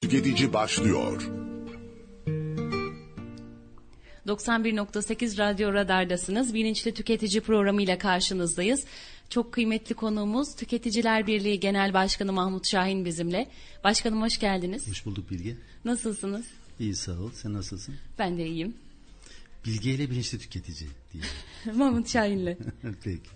Tüketici başlıyor. 91.8 Radyo Radar'dasınız. Bilinçli Tüketici programıyla karşınızdayız. Çok kıymetli konuğumuz Tüketiciler Birliği Genel Başkanı Mahmut Şahin bizimle. Başkanım hoş geldiniz. Hoş bulduk Bilge. Nasılsınız? İyi sağ ol. Sen nasılsın? Ben de iyiyim. Bilge ile bilinçli tüketici diye. Mahmut Şahin'le. Peki.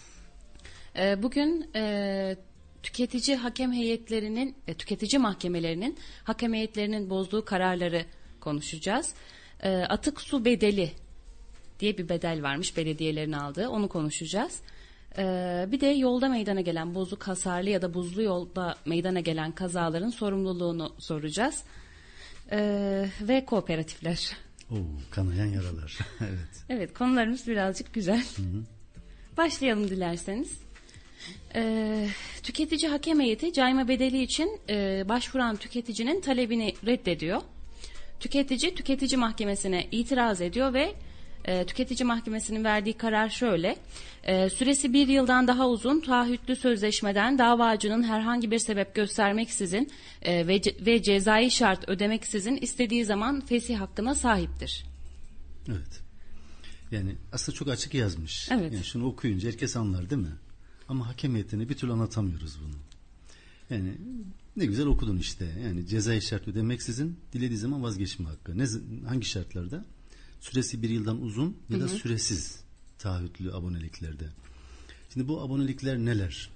Bugün tüketici hakem heyetlerinin, tüketici mahkemelerinin hakem heyetlerinin bozduğu kararları konuşacağız. Atık su bedeli diye bir bedel varmış belediyelerin aldığı, onu konuşacağız. Bir de yolda meydana gelen bozuk, hasarlı ya da buzlu yolda meydana gelen kazaların sorumluluğunu soracağız. Ve kooperatifler. Kanayan yaralar. Evet. Evet, konularımız birazcık güzel. Hı. Başlayalım dilerseniz. Tüketici hakem heyeti cayma bedeli için başvuran tüketicinin talebini reddediyor. Tüketici mahkemesine itiraz ediyor ve tüketici mahkemesinin verdiği karar şöyle: süresi 1 yıldan daha uzun taahhütlü sözleşmeden davacının herhangi bir sebep göstermeksizin ve cezai şart ödemeksizin istediği zaman fesih hakkına sahiptir. Evet. Yani aslında çok açık yazmış. Evet. Yani şunu okuyunca herkes anlar değil mi? Ama hakem heyetine bir türlü anlatamıyoruz bunu. Yani ne güzel okudun işte. Yani cezai şart ödemeksizin dilediği zaman vazgeçme hakkı. Hangi şartlarda? Süresi 1 yıldan uzun ya da süresiz taahhütlü aboneliklerde. Şimdi bu abonelikler neler?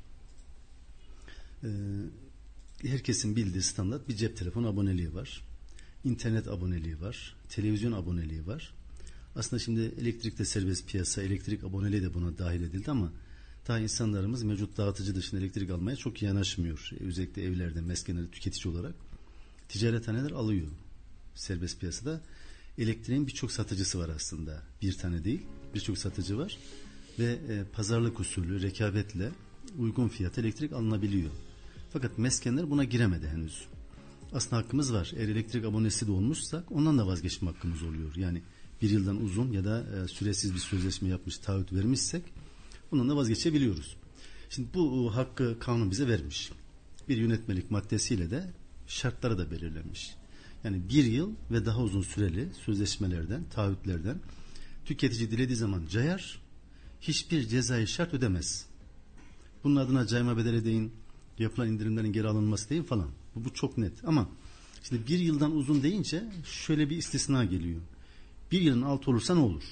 Herkesin bildiği standart bir cep telefonu aboneliği var. İnternet aboneliği var. Televizyon aboneliği var. Aslında şimdi elektrikte serbest piyasa, elektrik aboneliği de buna dahil edildi ama daha insanlarımız mevcut dağıtıcı dışında elektrik almaya çok yanaşmıyor. Özellikle evlerde, meskenlerde tüketici olarak. Ticarethaneler alıyor serbest piyasada. Elektriğin birçok satıcısı var aslında. Bir tane değil, birçok satıcı var. Ve pazarlık usulü, rekabetle uygun fiyata elektrik alınabiliyor. Fakat meskenler buna giremedi henüz. Aslında hakkımız var. Eğer elektrik abonesi de olmuşsak ondan da vazgeçme hakkımız oluyor. Yani 1 yıldan uzun ya da süresiz bir sözleşme yapmış, taahhüt vermişsek ondan da vazgeçebiliyoruz. Şimdi bu hakkı kanun bize vermiş. Bir yönetmelik maddesiyle de şartları da belirlenmiş. Yani 1 yıl ve daha uzun süreli sözleşmelerden, taahhütlerden tüketici dilediği zaman cayar, hiçbir cezai şart ödemez. Bunun adına cayma bedeli deyin, yapılan indirimlerin geri alınması deyin falan. Bu çok net. Ama şimdi 1 yıldan uzun deyince şöyle bir istisna geliyor. 1 yılın altı olursa ne olur?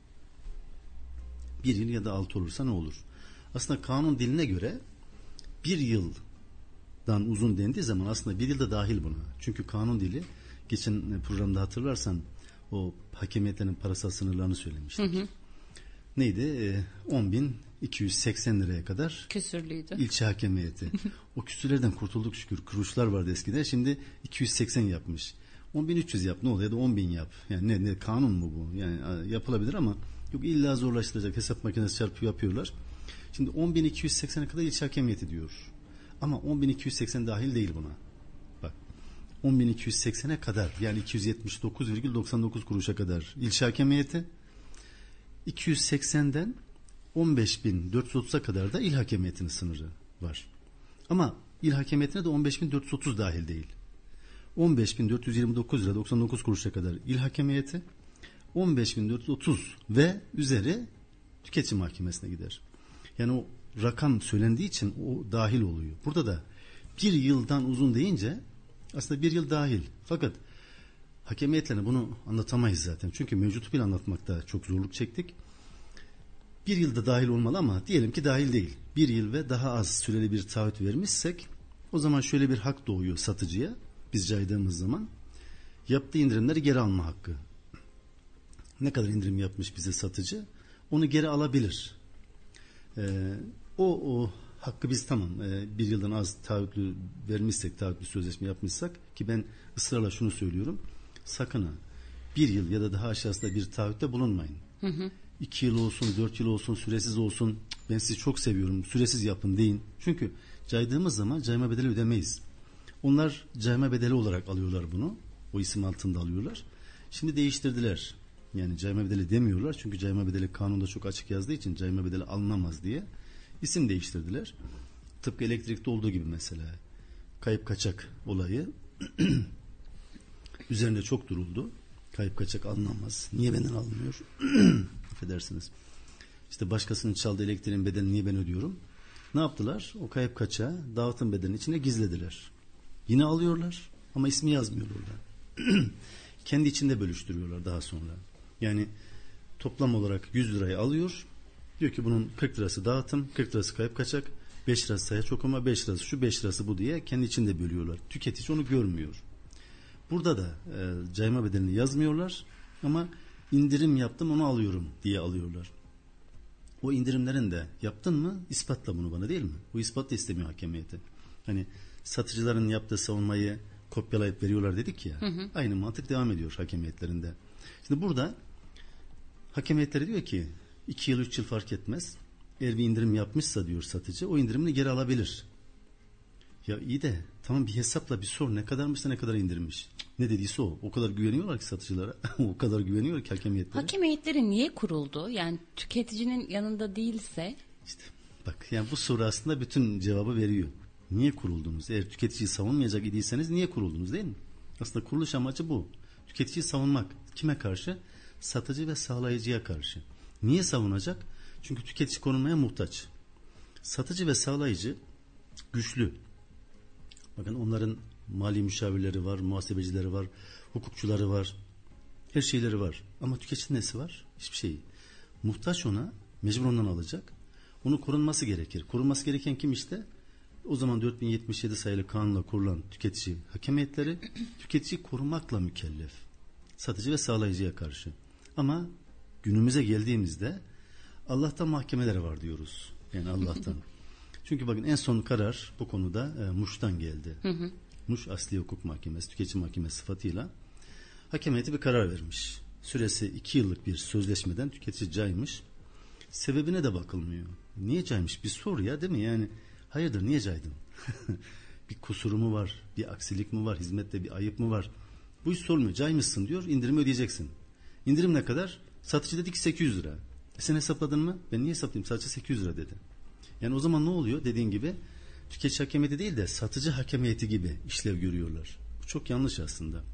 1 yıl ya da altı olursa ne olur? Aslında kanun diline göre 1 yıldan uzun dendiği zaman aslında 1 yıl da dahil buna. Çünkü kanun dili, geçen programda hatırlarsan o hakemiyetlerin parasal sınırlarını söylemiştik. Neydi? 10.280 liraya kadar küsürlüydü ilçe hakemiyeti. O küsürlerden kurtulduk şükür. Kuruşlar vardı eskiden. Şimdi 280 yapmış. 10.300 yap ne oluyor ya da 10.000 yap. Yani ne kanun mu bu? Yani yapılabilir ama yok, illa zorlaştıracak. Hesap makinesi çarpıyor yapıyorlar. Şimdi 10.280'e kadar ilçe hakemiyeti diyor. Ama 10.280 dahil değil buna. Bak. 10.280'e kadar, yani 279,99 kuruşa kadar ilçe hakemiyeti, 280'den 15.430'a kadar da il hakemiyetinin sınırı var. Ama il hakemiyetine de 15.430 dahil değil. 15.429 lira 99 kuruşa kadar il hakemiyeti, 15.430 ve üzeri tüketici mahkemesine gider. Yani o rakam söylendiği için o dahil oluyor. Burada da 1 yıldan uzun deyince aslında 1 yıl dahil. Fakat hakemiyetlerine bunu anlatamayız zaten. Çünkü mevcutu bile anlatmakta çok zorluk çektik. 1 yılda dahil olmalı ama diyelim ki dahil değil. 1 yıl ve daha az süreli bir taahhüt vermişsek o zaman şöyle bir hak doğuyor satıcıya. Biz caydığımız zaman yaptığı indirimleri geri alma hakkı. Ne kadar indirim yapmış bize satıcı onu geri alabilir. O hakkı biz tamam 1 yıldan az taahhütlü vermişsek, taahhütlü sözleşme yapmışsak, ki ben ısrarla şunu söylüyorum, sakın ha 1 yıl ya da daha aşağısında bir taahhütte bulunmayın. 2 yıl olsun, 4 yıl olsun, süresiz olsun, ben sizi çok seviyorum, süresiz yapın deyin. Çünkü caydığımız zaman cayma bedeli ödemeyiz. Onlar cayma bedeli olarak alıyorlar bunu. O isim altında alıyorlar. Şimdi değiştirdiler. Yani cayma bedeli demiyorlar. Çünkü cayma bedeli kanunda çok açık yazdığı için cayma bedeli alınamaz diye isim değiştirdiler. Tıpkı elektrikte olduğu gibi mesela. Kayıp kaçak olayı Üzerinde çok duruldu. Kayıp kaçak alınamaz. Niye benden alınmıyor? Affedersiniz. İşte başkasının çaldığı elektriğin bedelini niye ben ödüyorum? Ne yaptılar? O kayıp kaçağı dağıtım bedelinin içine gizlediler. Yine alıyorlar ama ismi yazmıyor orada. Kendi içinde bölüştürüyorlar daha sonra. Yani toplam olarak 100 lirayı alıyor. Diyor ki bunun 40 lirası dağıtım, 40 lirası kayıp kaçak, 5 lirası sayaç okuma, 5 lirası şu, 5 lirası bu diye kendi içinde bölüyorlar. Tüketici onu görmüyor. Burada da cayma bedelini yazmıyorlar ama indirim yaptım onu alıyorum diye alıyorlar. O indirimlerin de yaptın mı ispatla bunu bana, değil mi? Bu ispat da istemiyor hakem heyeti. Hani satıcıların yaptığı savunmayı kopyalayıp veriyorlar dedik ya. Aynı mantık devam ediyor hakem heyetlerinde. Şimdi burada hakem heyetleri diyor ki 2 yıl 3 yıl fark etmez. Eğer bir indirim yapmışsa diyor satıcı, o indirimini geri alabilir. Ya iyi de tamam, bir hesapla bir sor, ne kadarmış da ne kadar indirmiş. Ne dediyse o. O kadar güveniyorlar ki satıcılara. O kadar güveniyor ki hakem heyetleri. Hakem heyetleri niye kuruldu? Yani tüketicinin yanında değilse. İşte bak, yani bu soru aslında bütün cevabı veriyor. Niye kuruldunuz? Eğer tüketiciyi savunmayacak idiyseniz niye kuruldunuz, değil mi? Aslında kuruluş amacı bu. Tüketiciyi savunmak. Kime karşı? Satıcı ve sağlayıcıya karşı. Niye savunacak? Çünkü tüketici korunmaya muhtaç. Satıcı ve sağlayıcı güçlü. Bakın onların mali müşavirleri var, muhasebecileri var, hukukçuları var. Her şeyleri var. Ama tüketici nesi var? Hiçbir şey. Muhtaç ona, mecbur ondan alacak. Onu korunması gerekir. Korunması gereken kim işte? O zaman 4077 sayılı kanunla kurulan tüketici hakem heyetleri tüketiciyi korumakla mükellef. Satıcı ve sağlayıcıya karşı. Ama günümüze geldiğimizde Allah'tan mahkemeleri var diyoruz. Yani Allah'tan. Çünkü bakın en son karar bu konuda Muş'tan geldi. Muş Asli Hukuk Mahkemesi, Tüketici Mahkemesi sıfatıyla hakem heyeti bir karar vermiş. Süresi 2 yıllık bir sözleşmeden tüketici caymış. Sebebine de bakılmıyor. Niye caymış? Bir sor ya, değil mi? Yani hayırdır, niye caydın? Bir kusuru mu var? Bir aksilik mi var? Hizmette bir ayıp mı var? Bu hiç sormuyor. Caymışsın diyor, indirimi ödeyeceksin. İndirim ne kadar? Satıcı dedi ki 800 lira. Sen hesapladın mı? Ben niye hesaplayayım? Sadece 800 lira dedi. Yani o zaman ne oluyor? Dediğin gibi tüketici hakem heyeti değil de satıcı hakem heyeti gibi işlev görüyorlar. Bu çok yanlış aslında.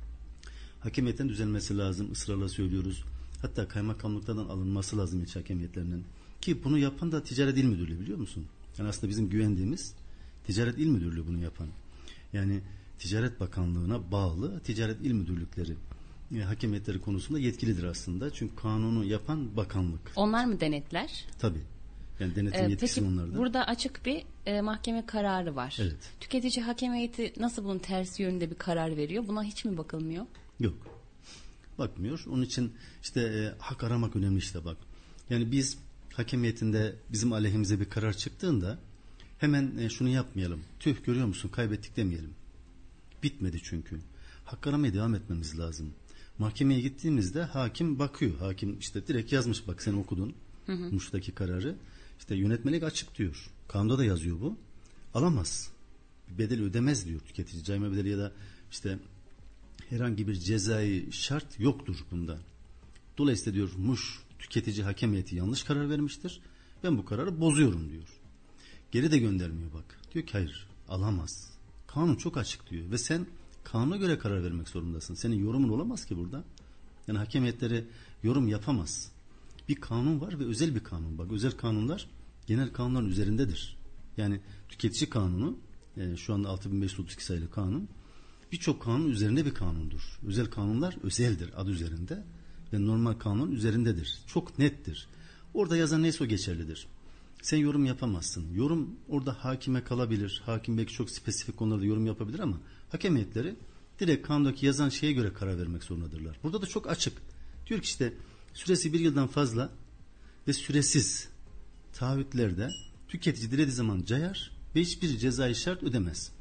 Hakem heyetinin düzelmesi lazım. Israrla söylüyoruz. Hatta kaymakamlıklardan alınması lazım iç hakem heyetlerinin. Ki bunu yapan da Ticaret İl Müdürlüğü, biliyor musun? Yani aslında bizim güvendiğimiz Ticaret İl Müdürlüğü bunu yapan. Yani Ticaret Bakanlığı'na bağlı Ticaret İl Müdürlükleri hakem heyetleri konusunda yetkilidir aslında. Çünkü kanunu yapan bakanlık. Onlar mı denetler? Tabii. Yani denetim yetkisi onlarda. Peki burada açık bir mahkeme kararı var. Evet. Tüketici hakem heyeti nasıl bunun tersi yönünde bir karar veriyor? Buna hiç mi bakılmıyor? Yok. Bakmıyor. Onun için işte hak aramak önemli işte bak. Yani biz hakem heyetinde bizim aleyhimize bir karar çıktığında hemen şunu yapmayalım. Tüh, görüyor musun, kaybettik demeyelim. Bitmedi çünkü. Hak aramaya devam etmemiz lazım. Mahkemeye gittiğimizde hakim bakıyor. Hakim işte direkt yazmış, bak sen okudun. Muş'taki kararı. İşte yönetmelik açık diyor. Kanunda da yazıyor bu. Alamaz. Bedel ödemez diyor tüketici. Cayma bedeli ya da işte herhangi bir cezai şart yoktur bunda. Dolayısıyla diyor Muş tüketici hakem heyeti yanlış karar vermiştir. Ben bu kararı bozuyorum diyor. Geri de göndermiyor bak. Diyor ki hayır, alamaz. Kanun çok açık diyor ve sen kanuna göre karar vermek zorundasın. Senin yorumun olamaz ki burada. Yani hakem heyetleri yorum yapamaz. Bir kanun var ve özel bir kanun. Bak, özel kanunlar genel kanunların üzerindedir. Yani tüketici kanunu şu anda 6532 sayılı kanun birçok kanun üzerinde bir kanundur. Özel kanunlar özeldir adı üzerinde ve normal kanun üzerindedir. Çok nettir. Orada yazan neyse o geçerlidir. Sen yorum yapamazsın. Yorum orada hakime kalabilir. Hakim belki çok spesifik konularda yorum yapabilir ama hakem heyetleri direkt kanundaki yazan şeye göre karar vermek zorundadırlar. Burada da çok açık. Diyor ki işte süresi 1 yıldan fazla ve süresiz taahhütlerde tüketici dilediği zaman cayar ve hiçbir cezai şart ödemez.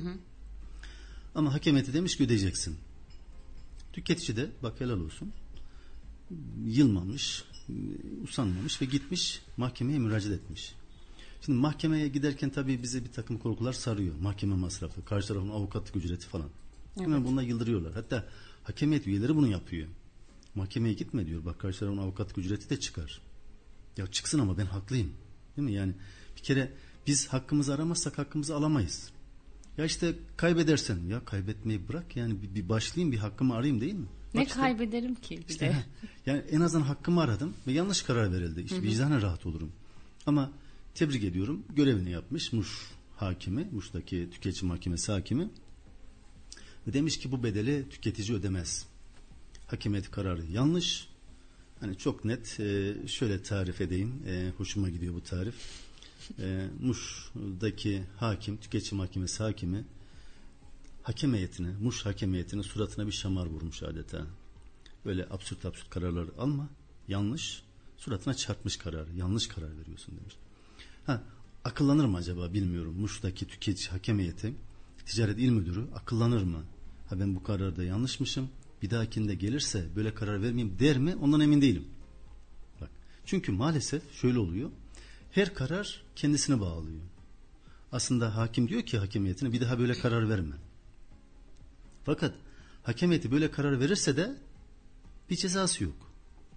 Ama hakem heyeti demiş ki ödeyeceksin. Tüketici de bak helal olsun, yılmamış, usanmamış ve gitmiş mahkemeye müracaat etmiş. Şimdi mahkemeye giderken tabii bize bir takım korkular sarıyor. Mahkeme masrafı, karşı tarafın avukatlık ücreti falan. Evet. Hemen bununla yıldırıyorlar. Hatta hakem heyet üyeleri bunu yapıyor. Mahkemeye gitme diyor. Bak, karşı tarafın avukatlık ücreti de çıkar. Ya çıksın ama ben haklıyım. Değil mi? Yani bir kere biz hakkımızı aramazsak hakkımızı alamayız. Ya işte kaybedersen, ya kaybetmeyi bırak yani bir başlayayım, bir hakkımı arayayım değil mi? Ne Bak işte, kaybederim ki bir işte, de. yani en azından hakkımı aradım ve yanlış karar verildi. İşte vicdanen rahat olurum. Ama tebrik ediyorum, görevini yapmış Muş hakimi, Muş'taki tüketici mahkemesi hakimi ve demiş ki bu bedeli tüketici ödemez. Hakem heyeti kararı yanlış. Hani çok net şöyle tarif edeyim. Hoşuma gidiyor bu tarif. Muş'daki hakim, tüketici mahkemesi hakimi hakem heyetine, Muş hakem heyetine suratına bir şamar vurmuş adeta. Böyle absürt kararlar alma. Yanlış. Suratına çarpmış kararı. Yanlış karar veriyorsun demiş. Akıllanır mı acaba bilmiyorum. Muş'taki tüketici hakem heyeti, ticaret il müdürü akıllanır mı? Ben bu kararda yanlışmışım. Bir dahakinde gelirse böyle karar vermeyeyim der mi? Ondan emin değilim. Bak. Çünkü maalesef şöyle oluyor. Her karar kendisine bağlıyor. Aslında hakim diyor ki hakem heyetine bir daha böyle karar verme. Fakat hakem heyeti böyle karar verirse de bir cezası yok.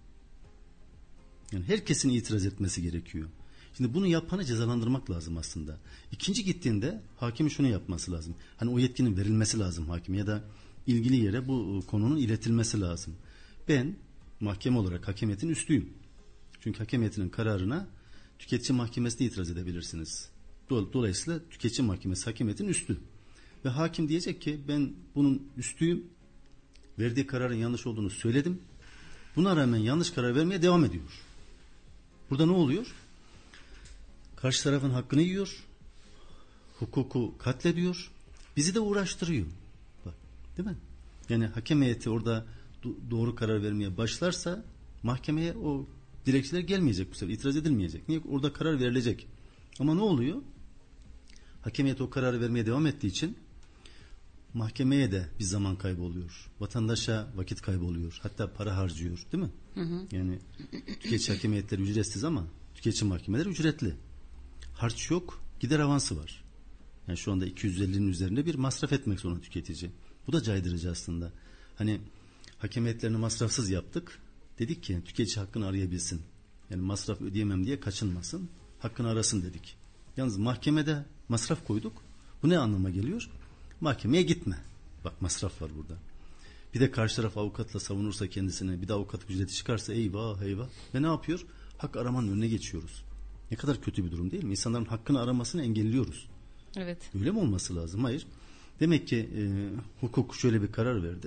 Yani herkesin itiraz etmesi gerekiyor. Şimdi bunu yapanı cezalandırmak lazım aslında. İkinci gittiğinde hakimin şunu yapması lazım. Hani o yetkinin verilmesi lazım hakime ya da ilgili yere bu konunun iletilmesi lazım. Ben mahkeme olarak hakem heyetinin üstüyüm. Çünkü hakem heyetinin kararına tüketici mahkemesine itiraz edebilirsiniz. Dolayısıyla tüketici mahkemesi hakem heyetinin üstü. Ve hakim diyecek ki ben bunun üstüyüm. Verdiği kararın yanlış olduğunu söyledim. Buna rağmen yanlış karar vermeye devam ediyor. Burada ne oluyor? Karşı tarafın hakkını yiyor. Hukuku katlediyor. Bizi de uğraştırıyor. Bak, değil mi? Yani hakem heyeti orada doğru karar vermeye başlarsa mahkemeye o dilekçeler gelmeyecek bu sefer. İtiraz edilmeyecek. Niye? Orada karar verilecek. Ama ne oluyor? Hakem heyeti o kararı vermeye devam ettiği için mahkemeye de bir zaman kaybı oluyor. Vatandaşa vakit kaybı oluyor. Hatta para harcıyor. Değil mi? Yani tüketici hakem heyetleri ücretsiz ama tüketici mahkemeleri ücretli. Harç yok. Gider avansı var. Yani şu anda 250'nin üzerinde bir masraf etmek zorunda tüketici. Bu da caydırıcı aslında. Hani hakem heyetlerini masrafsız yaptık. Dedik ki tüketici hakkını arayabilsin. Yani masraf ödeyemem diye kaçınmasın. Hakkını arasın dedik. Yalnız mahkemede masraf koyduk. Bu ne anlama geliyor? Mahkemeye gitme. Bak masraf var burada. Bir de karşı taraf avukatla savunursa kendisine, bir de avukat ücreti çıkarsa eyvah. Ve ne yapıyor? Hak aramanın önüne geçiyoruz. Ne kadar kötü bir durum değil mi? İnsanların hakkını aramasını engelliyoruz. Evet. Öyle mi olması lazım? Hayır. Demek ki hukuk şöyle bir karar verdi.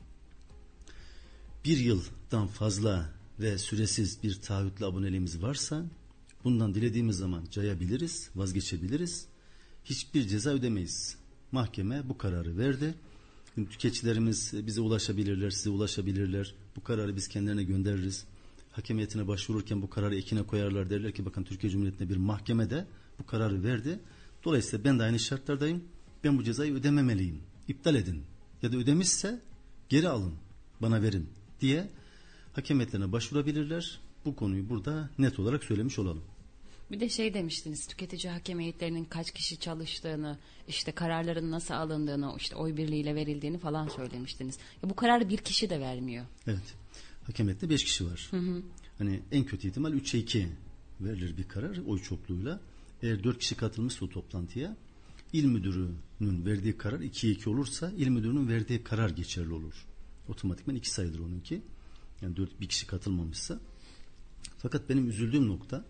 1 yıldan fazla ve süresiz bir taahhütlü aboneliğimiz varsa bundan dilediğimiz zaman cayabiliriz, vazgeçebiliriz. Hiçbir ceza ödemeyiz. Mahkeme bu kararı verdi. Tüketicilerimiz bize ulaşabilirler, size ulaşabilirler. Bu kararı biz kendilerine göndeririz. Hakem heyetine başvururken bu kararı ekine koyarlar. Derler ki bakın Türkiye Cumhuriyeti'nde bir mahkemede bu kararı verdi. Dolayısıyla ben de aynı şartlardayım. Ben bu cezayı ödememeliyim. İptal edin. Ya da ödemişse geri alın. Bana verin diye hakem heyetlerine başvurabilirler. Bu konuyu burada net olarak söylemiş olalım. Bir de şey demiştiniz, tüketici hakem heyetlerinin kaç kişi çalıştığını, işte kararların nasıl alındığını, işte oy birliğiyle verildiğini falan söylemiştiniz. Ya bu kararı bir kişi de vermiyor. Evet. Hakem heyetinde 5 kişi var. Hani en kötü ihtimal 3'e 2 verilir bir karar oy çokluğuyla. Eğer 4 kişi katılmışsa o toplantıya, il müdürünün verdiği karar 2'ye 2 olursa il müdürünün verdiği karar geçerli olur. Otomatikman 2 sayılır onunki. Yani 4 bir kişi katılmamışsa. Fakat benim üzüldüğüm nokta,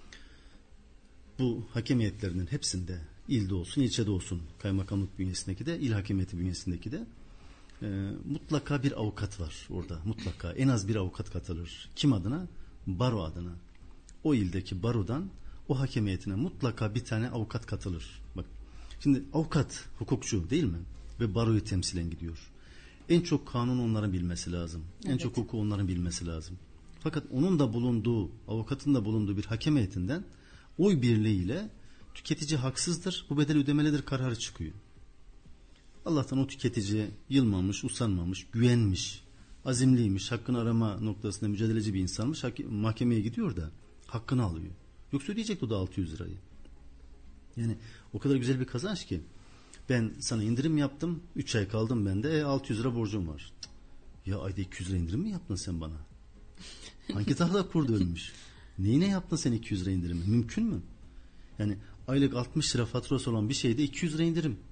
bu hakem heyetlerinin hepsinde, ilde olsun, ilçede olsun, kaymakamlık bünyesindeki de, il hakemiyeti bünyesindeki de mutlaka bir avukat var orada. Mutlaka en az bir avukat katılır. Kim adına? Baro adına. O ildeki barodan o hakem heyetine mutlaka bir tane avukat katılır. Bak, şimdi avukat hukukçu değil mi? Ve baroyu temsilen gidiyor. En çok kanunu onların bilmesi lazım. Evet. En çok hukuku onların bilmesi lazım. Fakat onun da bulunduğu, avukatın da bulunduğu bir hakem heyetinden oy birliğiyle tüketici haksızdır, bu bedeli ödemelidir kararı çıkıyor. Allah'tan o tüketici yılmamış, usanmamış, güvenmiş, azimliymiş, hakkını arama noktasında mücadeleci bir insanmış, mahkemeye gidiyor da hakkını alıyor. Yoksa ödeyecek o da 600 lirayı. Yani o kadar güzel bir kazanç ki, ben sana indirim yaptım, 3 ay kaldım ben de 600 lira borcum var. Ya ayda 200 lira indirim mi yaptın sen bana? Hangi tahta kurdu ölmüş? Neyine yaptın sen 200 lira indirimi? Mümkün mü? Yani aylık 60 lira faturası olan bir şeyde 200 lira indirim.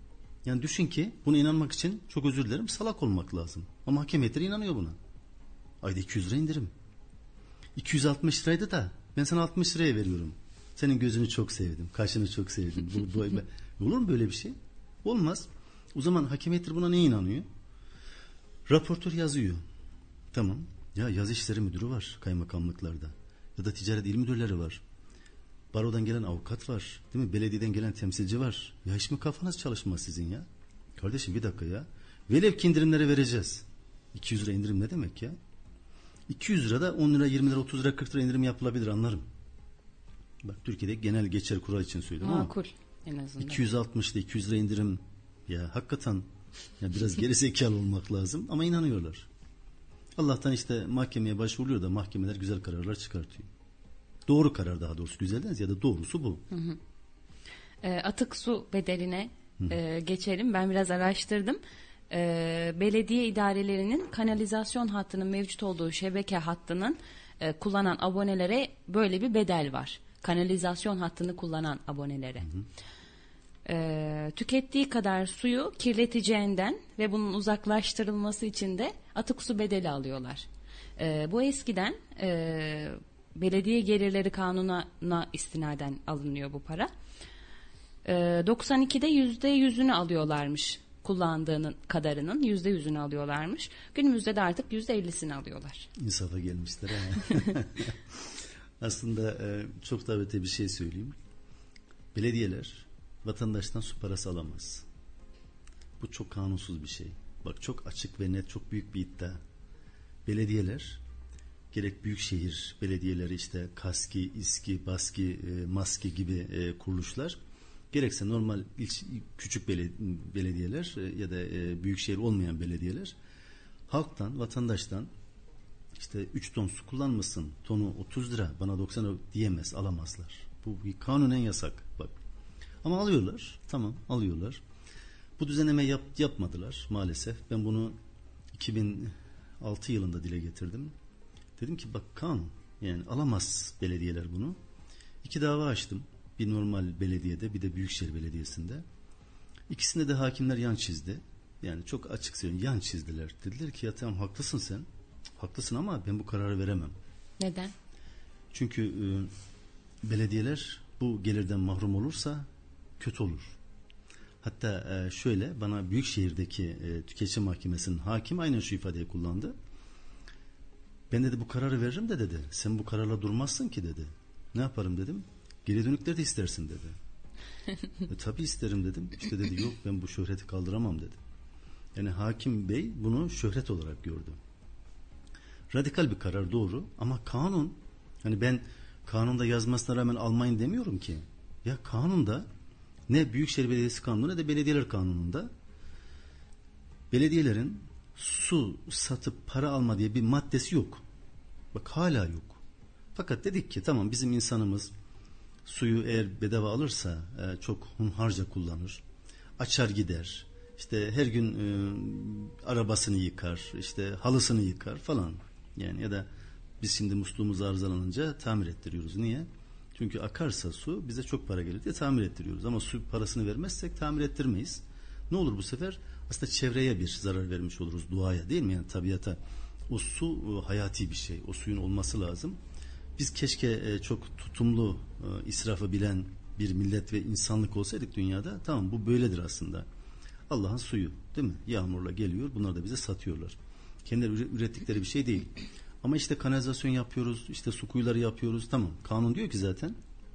Yani düşün ki buna inanmak için çok özür dilerim salak olmak lazım. Ama hakem heyetleri inanıyor buna. Ayda 200 lira indirim. 260 liraydı da ben sana 60 liraya veriyorum. Senin gözünü çok sevdim. Kaşını çok sevdim. Olur mu böyle bir şey? Olmaz. O zaman hakem heyetleri buna ne inanıyor? Raportör yazıyor. Tamam. Ya yaz işleri müdürü var kaymakamlıklarda. Ya da ticaret il müdürleri var. Barodan gelen avukat var. Değil mi? Belediyeden gelen temsilci var. Ya hiç mi kafanız çalışmaz sizin ya? Kardeşim bir dakika ya. Velev ki indirimleri vereceğiz. 200 lira indirim ne demek ya? 200 lira da 10 lira, 20 lira, 30 lira, 40 lira indirim yapılabilir, anlarım. Bak Türkiye'de genel geçer kural için söyledim ama makul en azından. 260 ile 200 lira indirim ya hakikaten ya biraz gerizekalı olmak lazım ama inanıyorlar. Allah'tan işte mahkemeye başvuruluyor da mahkemeler güzel kararlar çıkartıyor. Doğru karar, daha doğrusu, güzel değil ya da doğrusu bu. Atık su bedeline geçelim. Ben biraz araştırdım. Belediye idarelerinin kanalizasyon hattının mevcut olduğu şebeke hattının kullanan abonelere böyle bir bedel var. Kanalizasyon hattını kullanan abonelere. Tükettiği kadar suyu kirleteceğinden ve bunun uzaklaştırılması için de atık su bedeli alıyorlar. Bu eskiden belediye gelirleri kanununa istinaden alınıyor bu para. 92'de %100'ünü alıyorlarmış. Kullandığının kadarının %100'ünü alıyorlarmış. Günümüzde de artık %50'sini alıyorlar. İnsafa gelmişler ama. Aslında çok da öte bir şey söyleyeyim. Belediyeler vatandaştan su parası alamaz. Bu çok kanunsuz bir şey. Bak çok açık ve net, çok büyük bir iddia. Belediyeler, gerek büyükşehir belediyeleri, işte KASKİ, İSKİ, BASKİ, MASKİ gibi kuruluşlar, gerekse normal küçük belediyeler ya da büyükşehir olmayan belediyeler halktan, vatandaştan işte 3 ton su kullanmışsın, tonu 30 lira, bana 90 lira diyemez, alamazlar. Bu kanunen yasak. Bak. Ama alıyorlar. Tamam, alıyorlar. Bu düzenleme yapmadılar maalesef. Ben bunu 2006 yılında dile getirdim. Dedim ki bak kanun, yani alamaz belediyeler bunu. 2 dava açtım. Bir normal belediyede, bir de Büyükşehir Belediyesi'nde. İkisinde de hakimler yan çizdi. Yani çok açık söyleyeyim, yan çizdiler. Dediler ki ya tamam haklısın sen. Haklısın ama ben bu kararı veremem. Neden? Çünkü belediyeler bu gelirden mahrum olursa kötü olur. Hatta şöyle, bana Büyükşehir'deki tüketici mahkemesinin hakim aynen şu ifadeyi kullandı. Ben dedi bu kararı veririm de dedi. Sen bu kararla durmazsın ki dedi. Ne yaparım dedim. Geri dönükleri de istersin dedi. Tabii isterim dedim. İşte dedi yok, ben bu şöhreti kaldıramam dedi. Yani hakim bey bunu şöhret olarak gördü. Radikal bir karar, doğru, ama kanun, hani ben kanunda yazmasına rağmen almayın demiyorum ki. Ya kanunda, ne Büyükşehir Belediyesi Kanunu ne de Belediyeler Kanunu'nda belediyelerin su satıp para alma diye bir maddesi yok. Bak hala yok. Fakat dedik ki tamam, bizim insanımız suyu eğer bedava alırsa çok hunharca kullanır. Açar gider. İşte her gün arabasını yıkar, işte halısını yıkar falan. Yani ya da biz şimdi musluğumuz arızalanınca tamir ettiriyoruz. Niye? Çünkü akarsa su bize çok para gelir diye tamir ettiriyoruz. Ama su parasını vermezsek tamir ettirmeyiz. Ne olur bu sefer? Aslında çevreye bir zarar vermiş oluruz, doğaya, değil mi? Yani tabiata. O su hayati bir şey. O suyun olması lazım. Biz keşke çok tutumlu, israfı bilen bir millet ve insanlık olsaydık dünyada. Tamam, bu böyledir aslında. Allah'ın suyu, değil mi? Yağmurla geliyor. Bunlar da bize satıyorlar. Kendileri ürettikleri bir şey değil. Ama işte kanalizasyon yapıyoruz, işte su kuyuları yapıyoruz. Tamam, kanun diyor ki zaten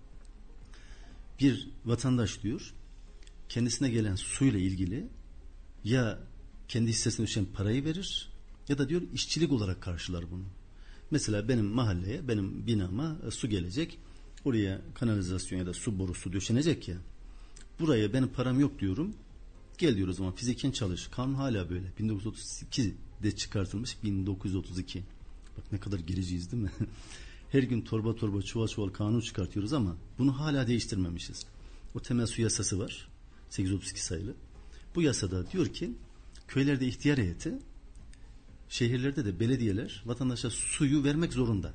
bir vatandaş diyor kendisine gelen suyla ilgili ya kendi hissesine düşen parayı verir ya da diyor işçilik olarak karşılar bunu. Mesela benim mahalleye, benim binama su gelecek. Oraya kanalizasyon ya da su borusu döşenecek ya. Buraya benim param yok diyorum. Gel diyoruz ama fiziken çalış. Kanun hala böyle. 1932'de çıkartılmış, 1932. Bak ne kadar gericiyiz değil mi? Her gün torba torba, çuval çuval kanun çıkartıyoruz ama bunu hala değiştirmemişiz. O temel su yasası var. 832 sayılı. Bu yasada diyor ki köylerde ihtiyar heyeti, şehirlerde de belediyeler vatandaşa suyu vermek zorunda.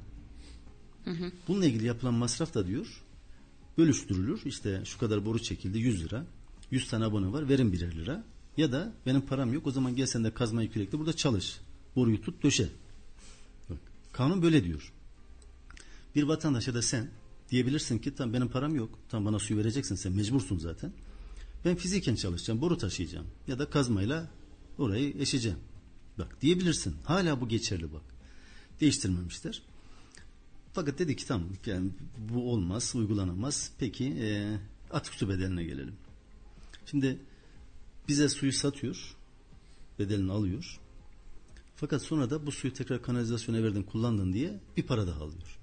Bununla ilgili yapılan masraf da diyor bölüştürülür. İşte şu kadar boru çekildi 100 lira. 100 tane abone var, verin birer lira. Ya da benim param yok, o zaman gel sen de kazmayı kürekle burada çalış. Boruyu tut, döşe. Bak, kanun böyle diyor. Bir vatandaşa da sen diyebilirsin ki tamam benim param yok. Tamam bana suyu vereceksin, sen mecbursun zaten. Ben fiziken çalışacağım, boru taşıyacağım. Ya da kazmayla orayı eşeceğim. Bak diyebilirsin. Hala bu geçerli bak. Değiştirmemişler. Fakat dedi ki tamam yani bu olmaz, uygulanamaz. Peki atık su bedeline gelelim. Şimdi bize suyu satıyor, bedelini alıyor. Fakat sonra da bu suyu tekrar kanalizasyona verdin, kullandın diye bir para daha alıyor.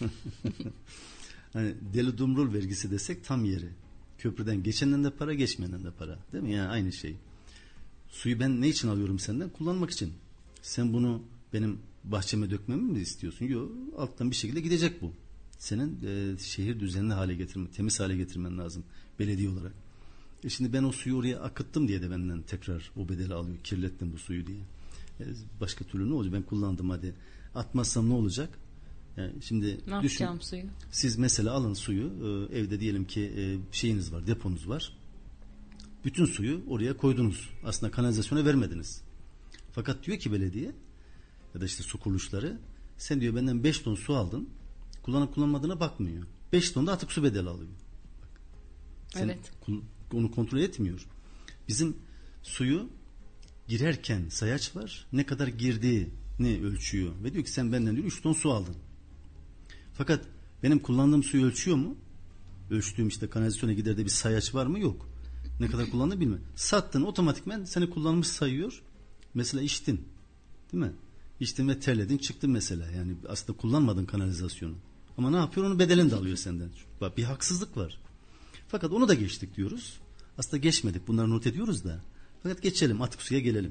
Hani deli dumrul vergisi desek tam yeri. Köprüden geçenden de para, geçmeyenden de para. Değil mi? Yani aynı şey. Suyu ben ne için alıyorum senden? Kullanmak için. Sen bunu benim bahçeme dökmemi mi istiyorsun? Yok. Alttan bir şekilde gidecek bu. Senin şehir düzenli hale getirmen, temiz hale getirmen lazım belediye olarak. Şimdi ben o suyu oraya akıttım diye de benden tekrar o bedeli alıyor. Kirlettim bu suyu diye. Başka türlü ne olacak? Ben kullandım hadi. Atmazsam ne olacak? Yani şimdi ne düşün, yapacağım suyu? siz mesela alın suyu, evde diyelim ki şeyiniz var, deponuz var. Bütün suyu oraya koydunuz. Aslında kanalizasyona vermediniz. Fakat diyor ki belediye ya da işte su kuruluşları, sen diyor benden 5 ton su aldın. Kullanıp kullanmadığına bakmıyor. 5 ton da atık su bedeli alıyor. Bak, sen evet. Onu kontrol etmiyor. Bizim suyu girerken sayaç var. Ne kadar girdiğini ölçüyor. Ve diyor ki sen benden diyor 3 ton su aldın. Fakat benim kullandığım suyu ölçüyor mu? Ölçtüğüm işte kanalizasyona giderde bir sayaç var mı? Yok. Ne kadar kullandığını bilmiyor. Sattın, otomatikmen seni kullanmış sayıyor. Mesela içtin. Değil mi? İçtin ve terledin, çıktın mesela. Yani aslında kullanmadın kanalizasyonu. Ama ne yapıyor? Onu bedelini de alıyor senden. Bak, bir haksızlık var. Fakat onu da geçtik diyoruz. Aslında geçmedik. Bunları not ediyoruz da. Fakat geçelim. Atık suya gelelim.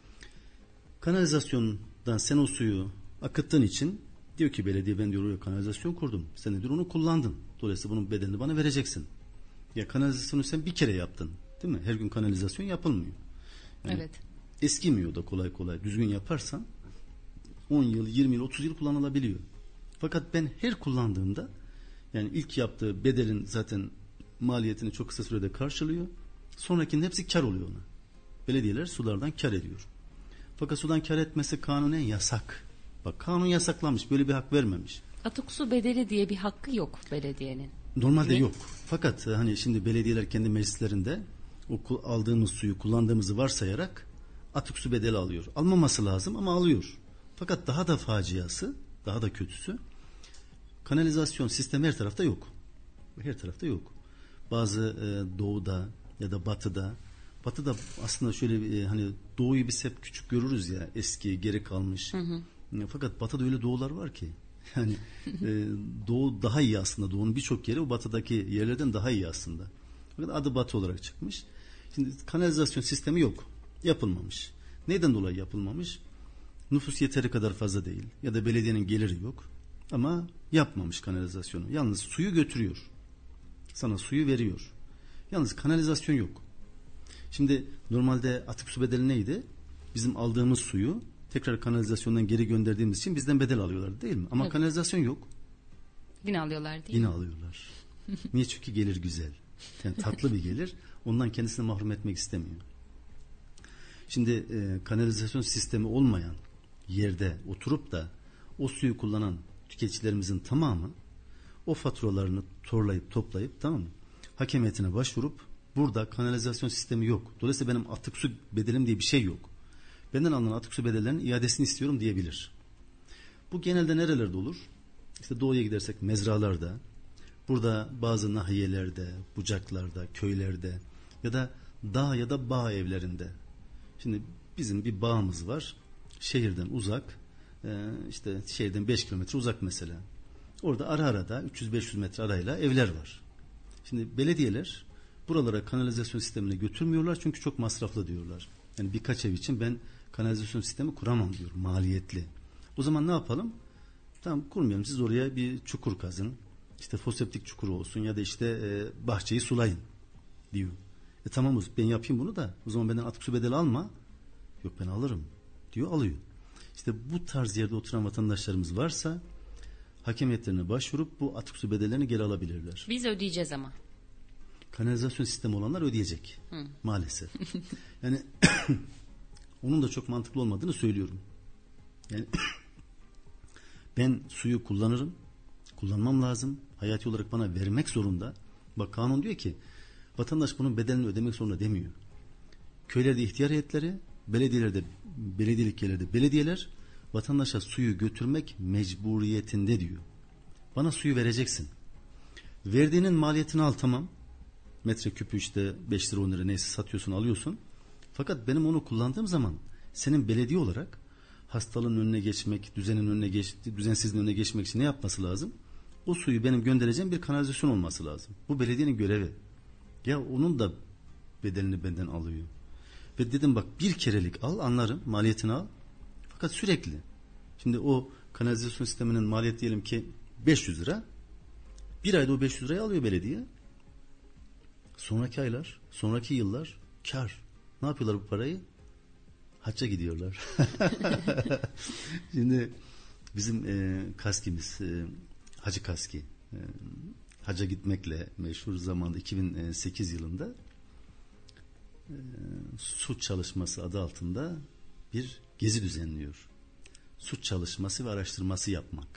Kanalizasyondan sen o suyu akıttığın için diyor ki belediye ben diyor oraya kanalizasyon kurdum. Sen de diyor onu kullandın. Dolayısıyla bunun bedelini bana vereceksin. Ya kanalizasyonu sen bir kere yaptın. Değil mi? Her gün kanalizasyon yapılmıyor. Yani evet. eskimiyor da kolay kolay. Düzgün yaparsan 10 yıl, 20 yıl, 30 yıl kullanılabiliyor. Fakat ben her kullandığımda yani ilk yaptığı bedelin zaten maliyetini çok kısa sürede karşılıyor. Sonrakinin hepsi kar oluyor ona. Belediyeler sulardan kar ediyor. Fakat sudan kar etmesi kanunen yasak. Bak kanun yasaklamış. Böyle bir hak vermemiş. Atık su bedeli diye bir hakkı yok belediyenin. Normalde yok. Fakat hani şimdi belediyeler kendi meclislerinde o aldığımız suyu kullandığımızı varsayarak atık su bedeli alıyor. Almaması lazım ama alıyor. Fakat daha da faciası, daha da kötüsü kanalizasyon sistemi her tarafta yok. Her tarafta yok. Bazı doğuda ya da batıda aslında şöyle hani doğuyu biz hep küçük görürüz ya, eski, geri kalmış. Hı hı. Fakat batıda öyle doğular var ki yani doğu daha iyi aslında. Doğunun birçok yeri o batıdaki yerlerden daha iyi aslında. Fakat adı batı olarak çıkmış. Şimdi kanalizasyon sistemi yok. Yapılmamış. Neden dolayı yapılmamış? Nüfus yeteri kadar fazla değil. Ya da belediyenin geliri yok. Ama yapmamış kanalizasyonu. Yalnız suyu götürüyor. Sana suyu veriyor. Yalnız kanalizasyon yok. Şimdi normalde atık su bedeli neydi? Bizim aldığımız suyu tekrar kanalizasyondan geri gönderdiğimiz için bizden bedel alıyorlar değil mi? Ama evet, kanalizasyon yok. Yine alıyorlar değil Yine mi? Alıyorlar. Niye? Çünkü gelir güzel. Yani tatlı bir gelir. Ondan kendisini mahrum etmek istemiyor. Şimdi kanalizasyon sistemi olmayan yerde oturup da o suyu kullanan tüketicilerimizin tamamı o faturalarını torlayıp toplayıp, tamam mı, hakemiyetine başvurup burada kanalizasyon sistemi yok, dolayısıyla benim atık su bedelim diye bir şey yok, benden alınan atık su bedellerinin iadesini istiyorum diyebilir. Bu genelde nerelerde olur? İşte doğuya gidersek mezralarda, burada bazı nahiyelerde, bucaklarda, köylerde ya da dağ ya da bağ evlerinde. Şimdi bizim bir bağımız var, şehirden uzak, işte şehirden 5 kilometre uzak mesela. Orada ara ara da 300-500 metre arayla evler var. Şimdi belediyeler buralara kanalizasyon sistemine götürmüyorlar çünkü çok masraflı diyorlar. Yani birkaç ev için ben kanalizasyon sistemi kuramam diyor, maliyetli. O zaman ne yapalım? Tamam, kurmayalım, siz oraya bir çukur kazın. İşte foseptik çukuru olsun ya da işte bahçeyi sulayın diyor. Tamam, ben yapayım bunu da o zaman benden atık su bedeli alma. Yok, ben alırım diyor, alıyor. İşte bu tarz yerde oturan vatandaşlarımız varsa hakemiyetlerine başvurup bu atık su bedellerini geri alabilirler. Biz ödeyeceğiz ama. Kanalizasyon sistemi olanlar ödeyecek. Maalesef. Yani onun da çok mantıklı olmadığını söylüyorum. Yani ben suyu kullanırım. Kullanmam lazım. Hayati olarak bana vermek zorunda. Bak kanun diyor ki vatandaş bunun bedelini ödemek zorunda demiyor. Köylerde ihtiyar heyetleri, belediyelik yerlerde belediyeler vatandaşa suyu götürmek mecburiyetinde diyor. Bana suyu vereceksin. Verdiğinin maliyetini al, tamam. Metreküpü işte 5 lira 10 lira neyse satıyorsun, alıyorsun. Fakat benim onu kullandığım zaman senin belediye olarak hastalığın önüne geçmek, düzensizliğin önüne geçmek için ne yapması lazım? O suyu benim göndereceğim bir kanalizasyon olması lazım. Bu belediyenin görevi. Ya onun da bedelini benden alıyor. Ve dedim bak, bir kerelik al, anlarım, maliyetini al. Fakat sürekli. Şimdi o kanalizasyon sisteminin maliyeti diyelim ki 500 lira. Bir ayda o 500 lirayı alıyor belediye. Sonraki aylar, sonraki yıllar kar. Ne yapıyorlar bu parayı? Hacca gidiyorlar. Şimdi bizim kaskimiz, Hacı Kaski, hacca gitmekle meşhur zamanda 2008 yılında su çalışması adı altında bir gezi düzenliyor. Su çalışması ve araştırması yapmak.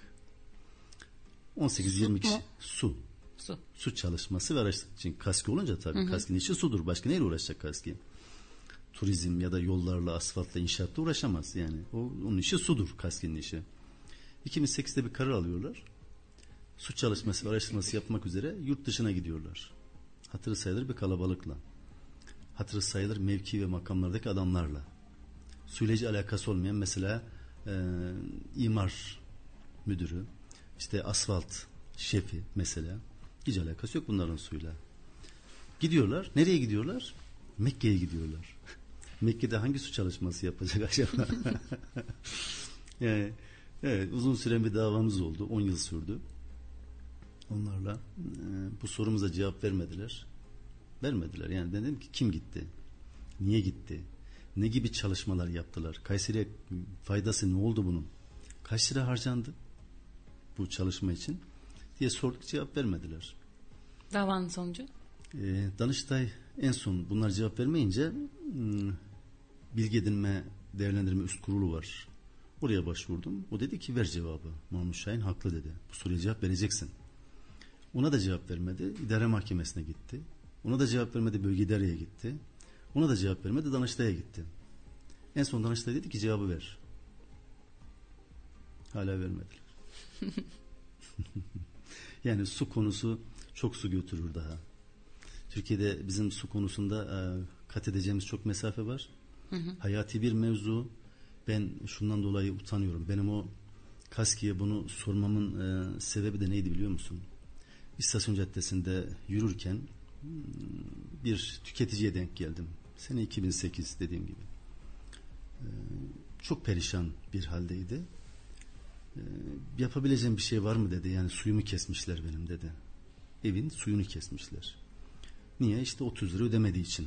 18-20 kişi. Su çalışması ve araştırması. Çünkü kaski olunca tabii kaskinin işi sudur. Başka neyle uğraşacak kaski? Turizm ya da yollarla, asfaltla, inşaatla uğraşamaz yani. Onun işi sudur, kaskinin işi. 2008'de bir karar alıyorlar. Su çalışması ve araştırması yapmak üzere yurt dışına gidiyorlar. Hatırı sayılır bir kalabalıkla. Hatırı sayılır mevki ve makamlardaki adamlarla. Suyla hiç alakası olmayan mesela imar müdürü, işte asfalt şefi mesela, hiç alakası yok bunların suyla. Gidiyorlar. Nereye gidiyorlar? Mekke'ye gidiyorlar. Mekke'de hangi su çalışması yapacak acaba? Yani, evet, uzun süren bir davamız oldu. 10 yıl sürdü. Onlarla bu sorumuza cevap vermediler. Yani ben dedim ki kim gitti? Niye gitti? Ne gibi çalışmalar yaptılar? Kayseri'ye faydası ne oldu bunun? Kaç lira harcandı bu çalışma için diye sorduk, cevap vermediler. Davanın sonucu? Danıştay en son bunlar cevap vermeyince bilgi edinme değerlendirme üst kurulu var. Oraya başvurdum. O dedi ki ver cevabı. Mahmut Şahin haklı dedi. Bu soruya cevap vereceksin. Ona da cevap vermedi. İdare mahkemesine gitti. Ona da cevap vermedi. Bölge idareye gitti. Ona da cevap vermedi. Danıştay'a gitti. En son Danıştay dedi ki cevabı ver. Hala vermediler. Yani su konusu çok su götürür daha. Türkiye'de bizim su konusunda kat edeceğimiz çok mesafe var. Hayati bir mevzu. Ben şundan dolayı utanıyorum. Benim o Kaski'ye bunu sormamın sebebi de neydi biliyor musun? İstasyon Caddesi'nde yürürken bir tüketiciye denk geldim. Sene 2008 dediğim gibi. Çok perişan bir haldeydi. Yapabileceğim bir şey var mı dedi. Yani suyumu kesmişler benim dedi. Evin suyunu kesmişler. Niye? İşte 30 lira ödemediği için.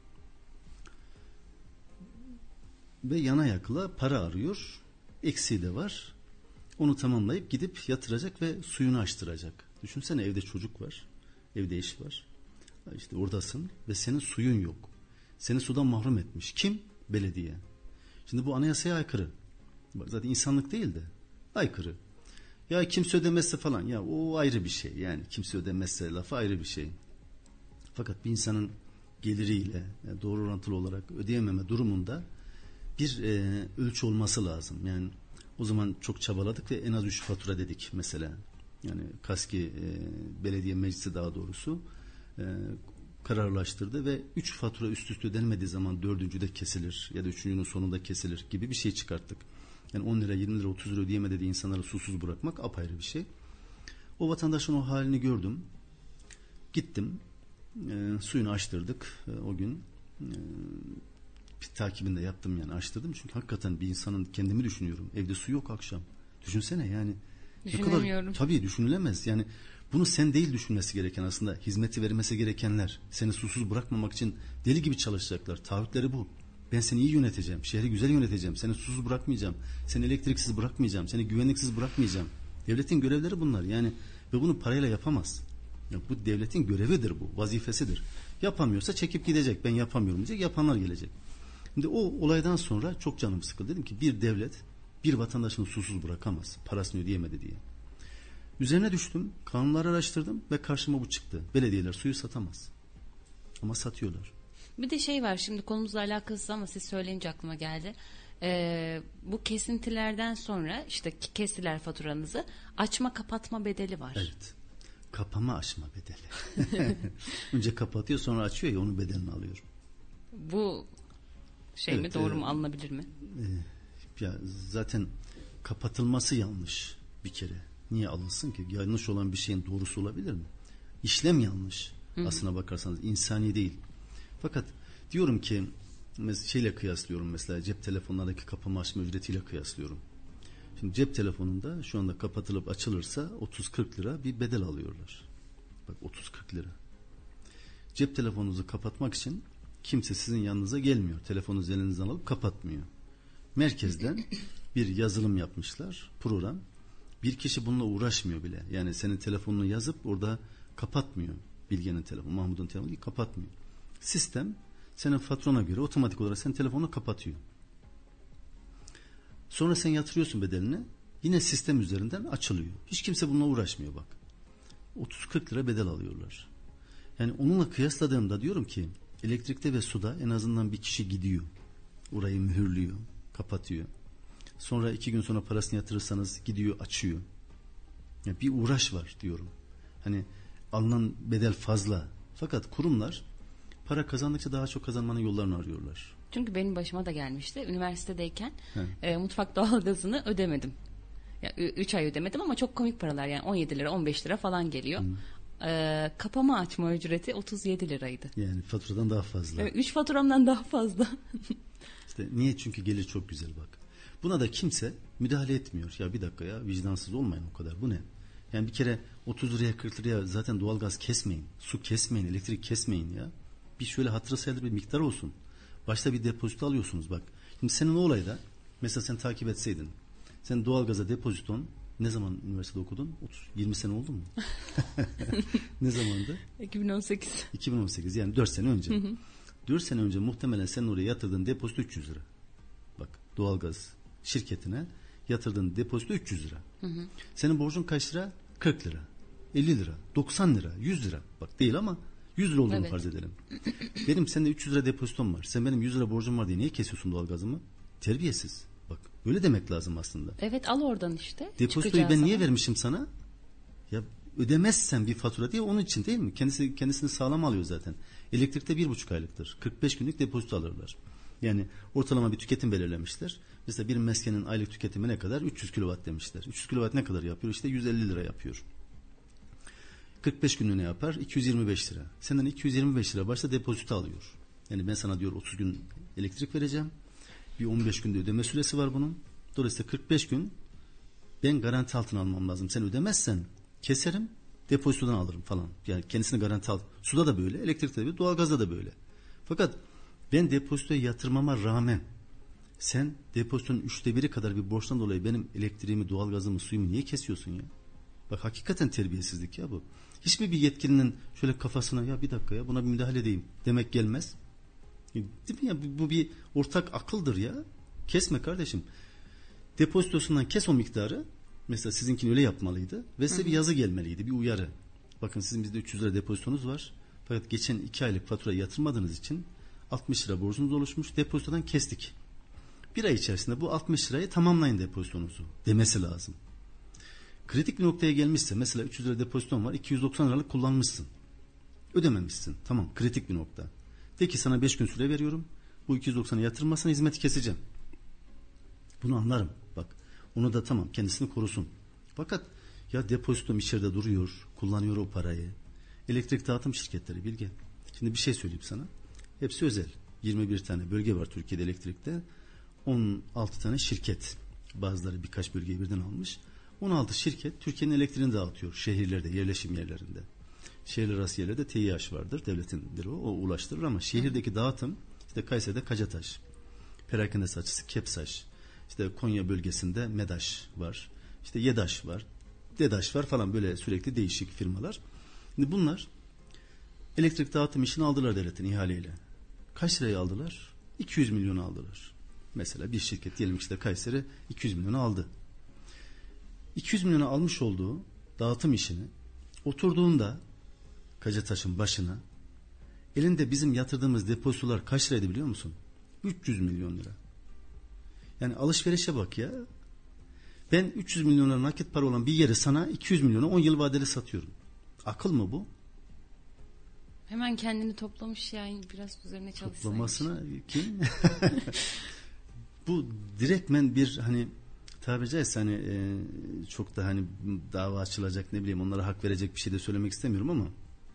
Ve yana yakıla para arıyor. Eksiği de var. Onu tamamlayıp gidip yatıracak ve suyunu açtıracak. Düşünsene, evde çocuk var. Evde eşi var. İşte oradasın ve senin suyun yok. Seni sudan mahrum etmiş. Kim? Belediye. Şimdi bu anayasaya aykırı. Zaten insanlık değil de aykırı. Ya kimse ödemezse falan. Ya o ayrı bir şey. Yani kimse ödemezse lafı ayrı bir şey. Fakat bir insanın geliriyle doğru orantılı olarak ödeyememe durumunda bir ölçü olması lazım. Yani o zaman çok çabaladık ve en az 3 fatura dedik mesela. Yani Kaski Belediye Meclisi daha doğrusu kararlaştırdı ve 3 fatura üst üste ödenmediği zaman 4. de kesilir ya da 3.'nün sonunda kesilir gibi bir şey çıkarttık. Yani 10 lira, 20 lira, 30 lira ödeyemediği insanları susuz bırakmak apayrı bir şey. O vatandaşın o halini gördüm. Gittim. Suyunu açtırdık o gün. Bir takibinde yaptım, yani açtırdım. Çünkü hakikaten bir insanın, kendimi düşünüyorum. Evde su yok akşam. Düşünsene yani. Düşünemiyorum. Tabii düşünülemez. Yani bunu sen değil düşünmesi gereken, aslında hizmeti vermesi gerekenler. Seni susuz bırakmamak için deli gibi çalışacaklar. Taahhütleri bu. Ben seni iyi yöneteceğim. Şehri güzel yöneteceğim. Seni susuz bırakmayacağım. Seni elektriksiz bırakmayacağım. Seni güvenliksiz bırakmayacağım. Devletin görevleri bunlar. Yani ve bunu parayla yapamaz. Ya bu devletin görevidir bu, vazifesidir. Yapamıyorsa çekip gidecek. Ben yapamıyorum diyecek, yapanlar gelecek. Şimdi o olaydan sonra çok canım sıkıldı. Dedim ki bir devlet bir vatandaşını susuz bırakamaz. Parasını ödeyemedi diye. Üzerine düştüm, kanunları araştırdım ve karşıma bu çıktı. Belediyeler suyu satamaz. Ama satıyorlar. Bir de şey var, şimdi konumuzla alakasız ama siz söyleyince aklıma geldi. Bu kesintilerden sonra işte kestiler faturanızı, açma kapatma bedeli var. Evet. Kapama açma bedeli. Önce kapatıyor sonra açıyor ya, onun bedelini alıyor. Bu şey evet, mi, doğru mu, alınabilir mi? Ya zaten kapatılması yanlış bir kere. Niye alınsın ki? Yanlış olan bir şeyin doğrusu olabilir mi? İşlem yanlış. Aslına bakarsanız insani değil. Fakat diyorum ki şeyle kıyaslıyorum, mesela cep telefonlarındaki kapama açma ücretiyle kıyaslıyorum. Şimdi cep telefonunda şu anda kapatılıp açılırsa 30-40 lira bir bedel alıyorlar. Bak 30-40 lira. Cep telefonunuzu kapatmak için kimse sizin yanınıza gelmiyor. Telefonunuzu elinizden alıp kapatmıyor. Merkezden bir yazılım yapmışlar, program. Bir kişi bununla uğraşmıyor bile. Yani senin telefonunu yazıp orada kapatmıyor. Bilge'nin telefonu, Mahmut'un telefonu kapatmıyor. Sistem senin faturana göre otomatik olarak senin telefonunu kapatıyor. Sonra sen yatırıyorsun bedelini. Yine sistem üzerinden açılıyor. Hiç kimse bununla uğraşmıyor bak. 30-40 lira bedel alıyorlar. Yani onunla kıyasladığımda diyorum ki elektrikte ve suda en azından bir kişi gidiyor. Orayı mühürlüyor, kapatıyor. Sonra 2 gün sonra parasını yatırırsanız gidiyor, açıyor. Yani bir uğraş var diyorum. Hani alınan bedel fazla. Fakat kurumlar para kazandıkça daha çok kazanmanın yollarını arıyorlar. Çünkü benim başıma da gelmişti. Üniversitedeyken mutfak doğalgazını ödemedim. 3 ay ödemedim ama çok komik paralar, yani 17 lira 15 lira falan geliyor. Kapama açma ücreti 37 liraydı. Yani faturadan daha fazla. 3 faturamdan daha fazla. İşte niye? Çünkü gelir çok güzel bak. Buna da kimse müdahale etmiyor. Ya bir dakika ya, vicdansız olmayın o kadar. Bu ne? Yani bir kere 30 liraya 40 liraya zaten doğalgaz kesmeyin. Su kesmeyin, elektrik kesmeyin ya. Bir şöyle hatırı sayılır bir miktar olsun. Başta bir depozito alıyorsunuz bak. Şimdi senin o olayda mesela sen takip etseydin. Sen doğalgaza depoziton ne zaman üniversitede okudun? 20 sene oldu mu? Ne zamandı? 2018. 2018 yani 4 sene önce. 4 sene önce muhtemelen senin oraya yatırdığın depozito 300 lira. Bak doğalgaz şirketine yatırdığın depozito 300 lira. Senin borcun kaç lira? 40 lira. 50 lira. 90 lira. 100 lira. Bak değil ama 100 lira olduğunu farz edelim. Benim sende 300 lira depozitom var. Sen benim 100 lira borcum var diye niye kesiyorsun doğalgazımı? Terbiyesiz. Bak öyle demek lazım aslında. Evet, al oradan işte. Depozitoyu ben niye vermişim sana? Ya ödemezsen bir fatura diye onun için değil mi? Kendisini sağlam alıyor zaten. Elektrikte 1,5 aylıktır. 45 günlük depozito alırlar. Yani ortalama bir tüketim belirlemişler. Mesela bir meskenin aylık tüketimi ne kadar? 300 kW demişler. 300 kW ne kadar yapıyor? İşte 150 lira yapıyor. 45 günlüğüne yapar? 225 lira. Senden 225 lira başta depozito alıyor. Yani ben sana diyor 30 gün elektrik vereceğim. Bir 15 günde ödeme süresi var bunun. Dolayısıyla 45 gün ben garanti altına almam lazım. Sen ödemezsen keserim, depozitodan alırım falan. Yani kendisini garanti al. Suda da böyle, elektrikte de böyle, doğalgazda da böyle. Fakat ben depozitoya yatırmama rağmen sen depozitonun 1/3 kadar bir borçtan dolayı benim elektriğimi, doğalgazımı, suyumu niye kesiyorsun ya? Bak hakikaten terbiyesizlik ya bu. Hiçbir bir yetkilinin şöyle kafasına ya bir dakika ya buna bir müdahale edeyim demek gelmez. Değil mi ya? Bu bir ortak akıldır ya. Kesme kardeşim. Depozitosundan kes o miktarı. Mesela sizinkini öyle yapmalıydı. Ve size bir yazı gelmeliydi. Bir uyarı. Bakın sizin bizde 300 lira depozitonuz var. Fakat geçen 2 aylık faturayı yatırmadığınız için 60 lira borcunuz oluşmuş. Depozitodan kestik. Bir ay içerisinde bu 60 lirayı tamamlayın depozitonuzu demesi lazım. Kritik bir noktaya gelmişse mesela 300 lira depoziton var. 290 liralık kullanmışsın. Ödememişsin. Tamam, kritik bir nokta. De ki sana 5 gün süre veriyorum. Bu 290'ı yatırmazsan hizmeti keseceğim. Bunu anlarım. Bak onu da tamam kendisini korusun. Fakat ya depozitom içeride duruyor. Kullanıyor o parayı. Elektrik dağıtım şirketleri Bilge. Şimdi bir şey söyleyeyim sana. Hepsi özel. 21 tane bölge var Türkiye'de elektrikte. 16 tane şirket. Bazıları birkaç bölgeyi birden almış. 16 şirket Türkiye'nin elektriğini dağıtıyor. Şehirlerde, yerleşim yerlerinde. Şehirler arası yerlerde TİH vardır. Devletindir o. O ulaştırır ama şehirdeki dağıtım işte Kayseri'de Kacataş. Perakende saçısı Kepsaş. İşte Konya bölgesinde MEDAŞ var. İşte YEDAŞ var. DEDAŞ var falan böyle sürekli değişik firmalar. Şimdi bunlar elektrik dağıtım işini aldılar devletin ihaleyle. Kaç liraya aldılar? 200 milyon aldılar. Mesela bir şirket diyelim işte Kayseri 200 milyonu aldı. 200 milyonu almış olduğu dağıtım işini oturduğunda Kacataş'ın başına elinde bizim yatırdığımız depozitolar kaç liraydı biliyor musun? 300 milyon lira. Yani alışverişe bak ya. Ben 300 milyon lira nakit para olan bir yeri sana 200 milyona 10 yıl vadeli satıyorum. Akıl mı bu? Hemen kendini toplamış yani, biraz üzerine çalışsaymış. Toplamasına kim? Bu direktmen bir hani tabiri caizse hani çok da hani dava açılacak ne bileyim onlara hak verecek bir şey de söylemek istemiyorum ama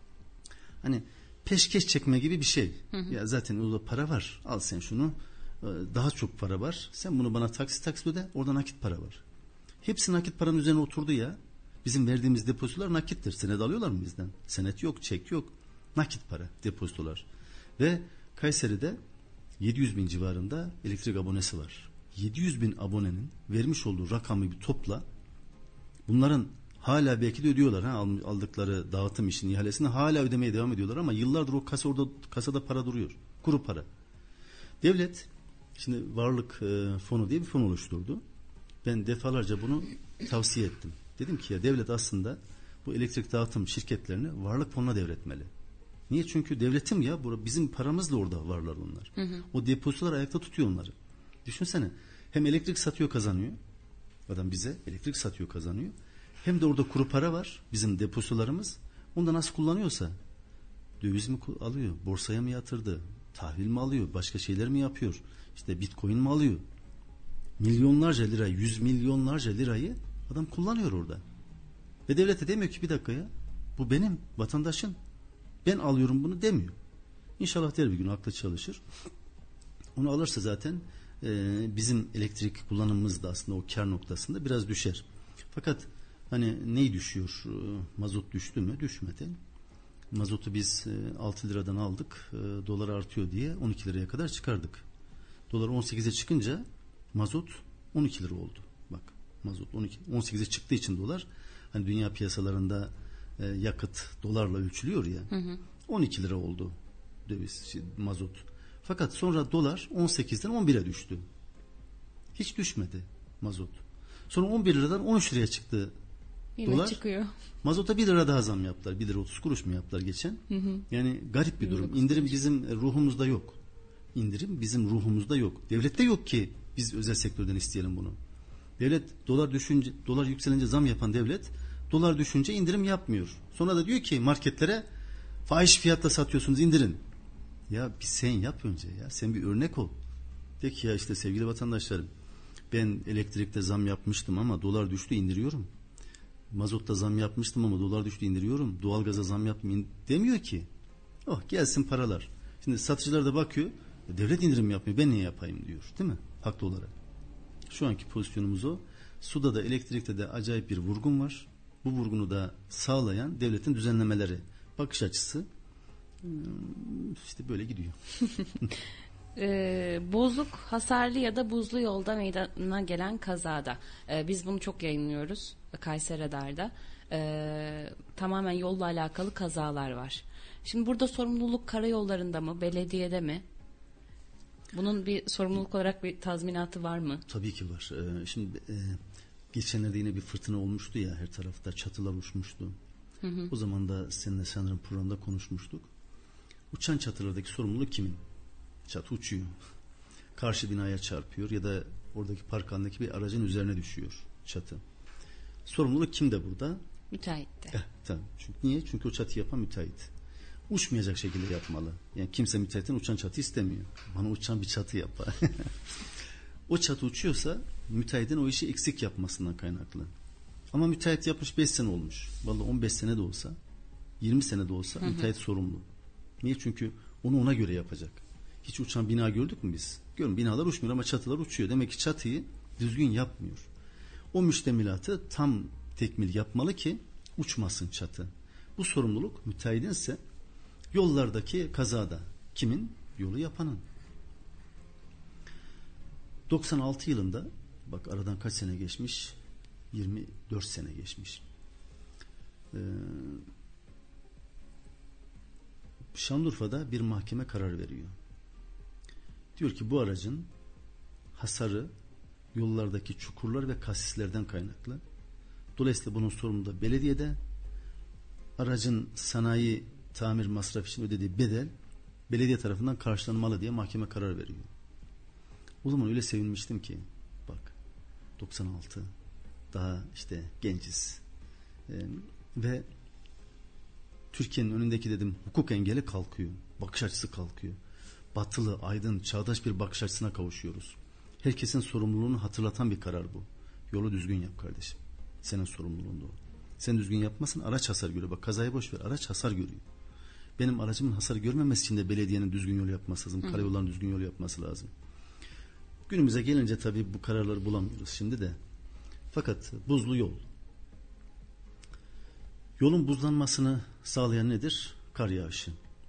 hani peşkeş çekme gibi bir şey. Ya zaten orada para var. Al sen şunu. Daha çok para var. Sen bunu bana taksit öde. Orada nakit para var. Hepsi nakit paranın üzerine oturdu ya. Bizim verdiğimiz depozitolar nakittir. Senet alıyorlar mı bizden? Senet yok, çek yok. Nakit para, depozitolar. Ve Kayseri'de 700 bin civarında elektrik abonesi var. 700 bin abonenin vermiş olduğu rakamı bir topla. Bunların hala belki de ödüyorlar. Aldıkları dağıtım işinin ihalesini hala ödemeye devam ediyorlar ama yıllardır o kasada para duruyor. Kuru para. Devlet şimdi varlık fonu diye bir fon oluşturdu. Ben defalarca bunu tavsiye ettim. Dedim ki ya devlet aslında bu elektrik dağıtım şirketlerini varlık fonuna devretmeli. Niye? Çünkü devletim ya. Bizim paramızla orada varlar onlar. O depozitolar ayakta tutuyor onları. Düşünsene. Hem elektrik satıyor kazanıyor. Adam bize elektrik satıyor kazanıyor. Hem de orada kuru para var. Bizim depozitolarımız. Onu da nasıl kullanıyorsa. Döviz mi alıyor? Borsaya mı yatırdı? Tahvil mi alıyor? Başka şeyler mi yapıyor? İşte bitcoin mi alıyor? Milyonlarca lira, 100 milyonlarca lirayı adam kullanıyor orada. Ve devlet de demiyor ki bir dakika ya. Bu benim vatandaşın. Ben alıyorum bunu demiyor. İnşallah der bir gün aklı çalışır. Onu alırsa zaten bizim elektrik kullanımımız da aslında o kar noktasında biraz düşer. Fakat hani neyi düşüyor? Mazot düştü mü? Düşmedi. Mazotu biz 6 liradan aldık. Dolar artıyor diye 12 liraya kadar çıkardık. Dolar 18'e çıkınca mazot 12 lira oldu. Bak mazot 18'e çıktığı için dolar hani dünya piyasalarında yakıt dolarla ölçülüyor ya. 12 lira oldu döviz mazot. Fakat sonra dolar 18'den 11'e düştü. Hiç düşmedi mazot. Sonra 11 liradan 13 liraya çıktı. Yine dolar. Çıkıyor. Mazota 1 lira daha zam yaptılar. 1 lira 30 kuruş mu yaptılar geçen? Yani garip bir durum. İndirim bizim ruhumuzda yok. İndirim bizim ruhumuzda yok. Devlette yok ki biz özel sektörden isteyelim bunu. Devlet dolar yükselince zam yapan devlet dolar düşünce indirim yapmıyor. Sonra da diyor ki marketlere fahiş fiyatta satıyorsunuz indirin. Ya bir sen yap önce ya. Sen bir örnek ol. De ki ya işte sevgili vatandaşlarım ben elektrikte zam yapmıştım ama dolar düştü indiriyorum. Mazotta zam yapmıştım ama dolar düştü indiriyorum. Doğalgaza zam yapmayın demiyor ki. Oh gelsin paralar. Şimdi satıcılar da bakıyor. Devlet indirim yapmıyor. Ben niye yapayım diyor. Değil mi? Haklı olarak. Şu anki pozisyonumuz o. Suda da elektrikte de acayip bir vurgun var. Bu vurgunu da sağlayan devletin düzenlemeleri. Bakış açısı işte böyle gidiyor. Bozuk, hasarlı ya da buzlu yolda meydana gelen kazada. Biz bunu çok yayınlıyoruz Kayseri Radar'da. Tamamen yolla alakalı kazalar var. Şimdi burada sorumluluk karayollarında mı, belediyede mi? Bunun bir sorumluluk olarak bir tazminatı var mı? Tabii ki var. Şimdi geçenlerde yine bir fırtına olmuştu ya, her tarafta çatılar uçmuştu. O zaman da seninle sanırım programda konuşmuştuk. Uçan çatılardaki sorumluluk kimin? Çatı uçuyor. Karşı binaya çarpıyor ya da oradaki park halindeki bir aracın üzerine düşüyor çatı. Sorumluluk kimde burada? Müteahhitte. Tamam. Niye? Çünkü o çatıyı yapan müteahhit. Uçmayacak şekilde yapmalı. Yani kimse müteahhitten uçan çatı istemiyor. Bana uçan bir çatı yap. O çatı uçuyorsa müteahhitin o işi eksik yapmasından kaynaklı. Ama müteahhit yapmış 5 sene olmuş. Vallahi 15 sene de olsa 20 sene de olsa müteahhit sorumlu. Niye? Çünkü onu ona göre yapacak. Hiç uçan bina gördük mü biz? Görün, binalar uçmuyor ama çatılar uçuyor. Demek ki çatıyı düzgün yapmıyor. O müştemilatı tam tekmil yapmalı ki uçmasın çatı. Bu sorumluluk müteahhidinse yollardaki kazada kimin? Yolu yapanın. 96 yılında, bak aradan kaç sene geçmiş? 24 sene geçmiş. Şanlıurfa'da bir mahkeme karar veriyor. Diyor ki bu aracın hasarı yollardaki çukurlar ve kasislerden kaynaklı. Dolayısıyla bunun sorumluluğu da belediyede. Aracın sanayi tamir masrafı için ödediği bedel belediye tarafından karşılanmalı diye mahkeme karar veriyor. O zaman öyle sevinmiştim ki bak 96 daha işte genciz ve Türkiye'nin önündeki dedim hukuk engeli kalkıyor. Bakış açısı kalkıyor. Batılı, aydın, çağdaş bir bakış açısına kavuşuyoruz. Herkesin sorumluluğunu hatırlatan bir karar bu. Yolu düzgün yap kardeşim. Senin sorumluluğun da o. Sen düzgün yapmasın, araç hasar görüyor. Bak kazayı boş ver, araç hasar görüyor. Benim aracımın hasar görmemesi için de belediyenin düzgün yol yapması lazım. Karayolların düzgün yol yapması lazım. Günümüze gelince tabii bu kararları bulamıyoruz şimdi de. Fakat buzlu yol. Yolun buzlanmasını sağlayan nedir? Kar yağışı.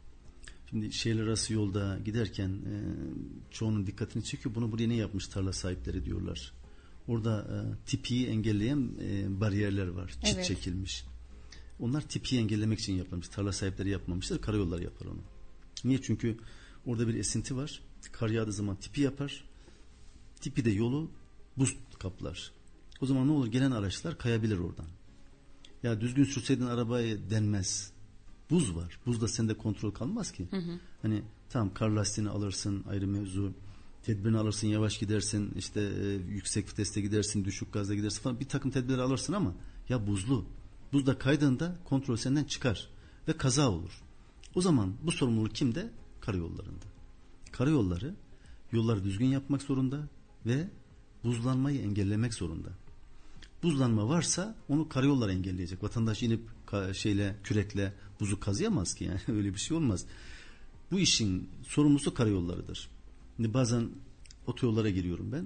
Şimdi şehirler arası yolda giderken çoğunun dikkatini çekiyor. Bunu buraya ne yapmış tarla sahipleri diyorlar. Orada tipiyi engelleyen bariyerler var. Çit Evet. çekilmiş. Onlar tipiyi engellemek için yapılmış. Tarla sahipleri yapmamışlar. Karayollar yapar onu. Niye? Çünkü orada bir esinti var. Kar yağdığı zaman tipi yapar. Tipi de yolu buz kaplar. O zaman ne olur? Gelen araçlar kayabilir oradan. Ya düzgün sürseydin arabaya denmez. Buz var. Buzda sende kontrol kalmaz ki. Hani tamam kar lastiğini alırsın ayrı mevzu. Tedbirini alırsın, yavaş gidersin, işte yüksek viteste gidersin, düşük gazda gidersin falan, bir takım tedbirleri alırsın ama ya buzlu. Buzda kaydığında kontrol senden çıkar ve kaza olur. O zaman bu sorumluluk kimde? Karayollarında. Karayolları yolları düzgün yapmak zorunda ve buzlanmayı engellemek zorunda. Buzlanma varsa onu karayollar engelleyecek. Vatandaş inip kürekle buzu kazıyamaz ki yani öyle bir şey olmaz. Bu işin sorumlusu karayollarıdır. Şimdi bazen otoyollara giriyorum ben.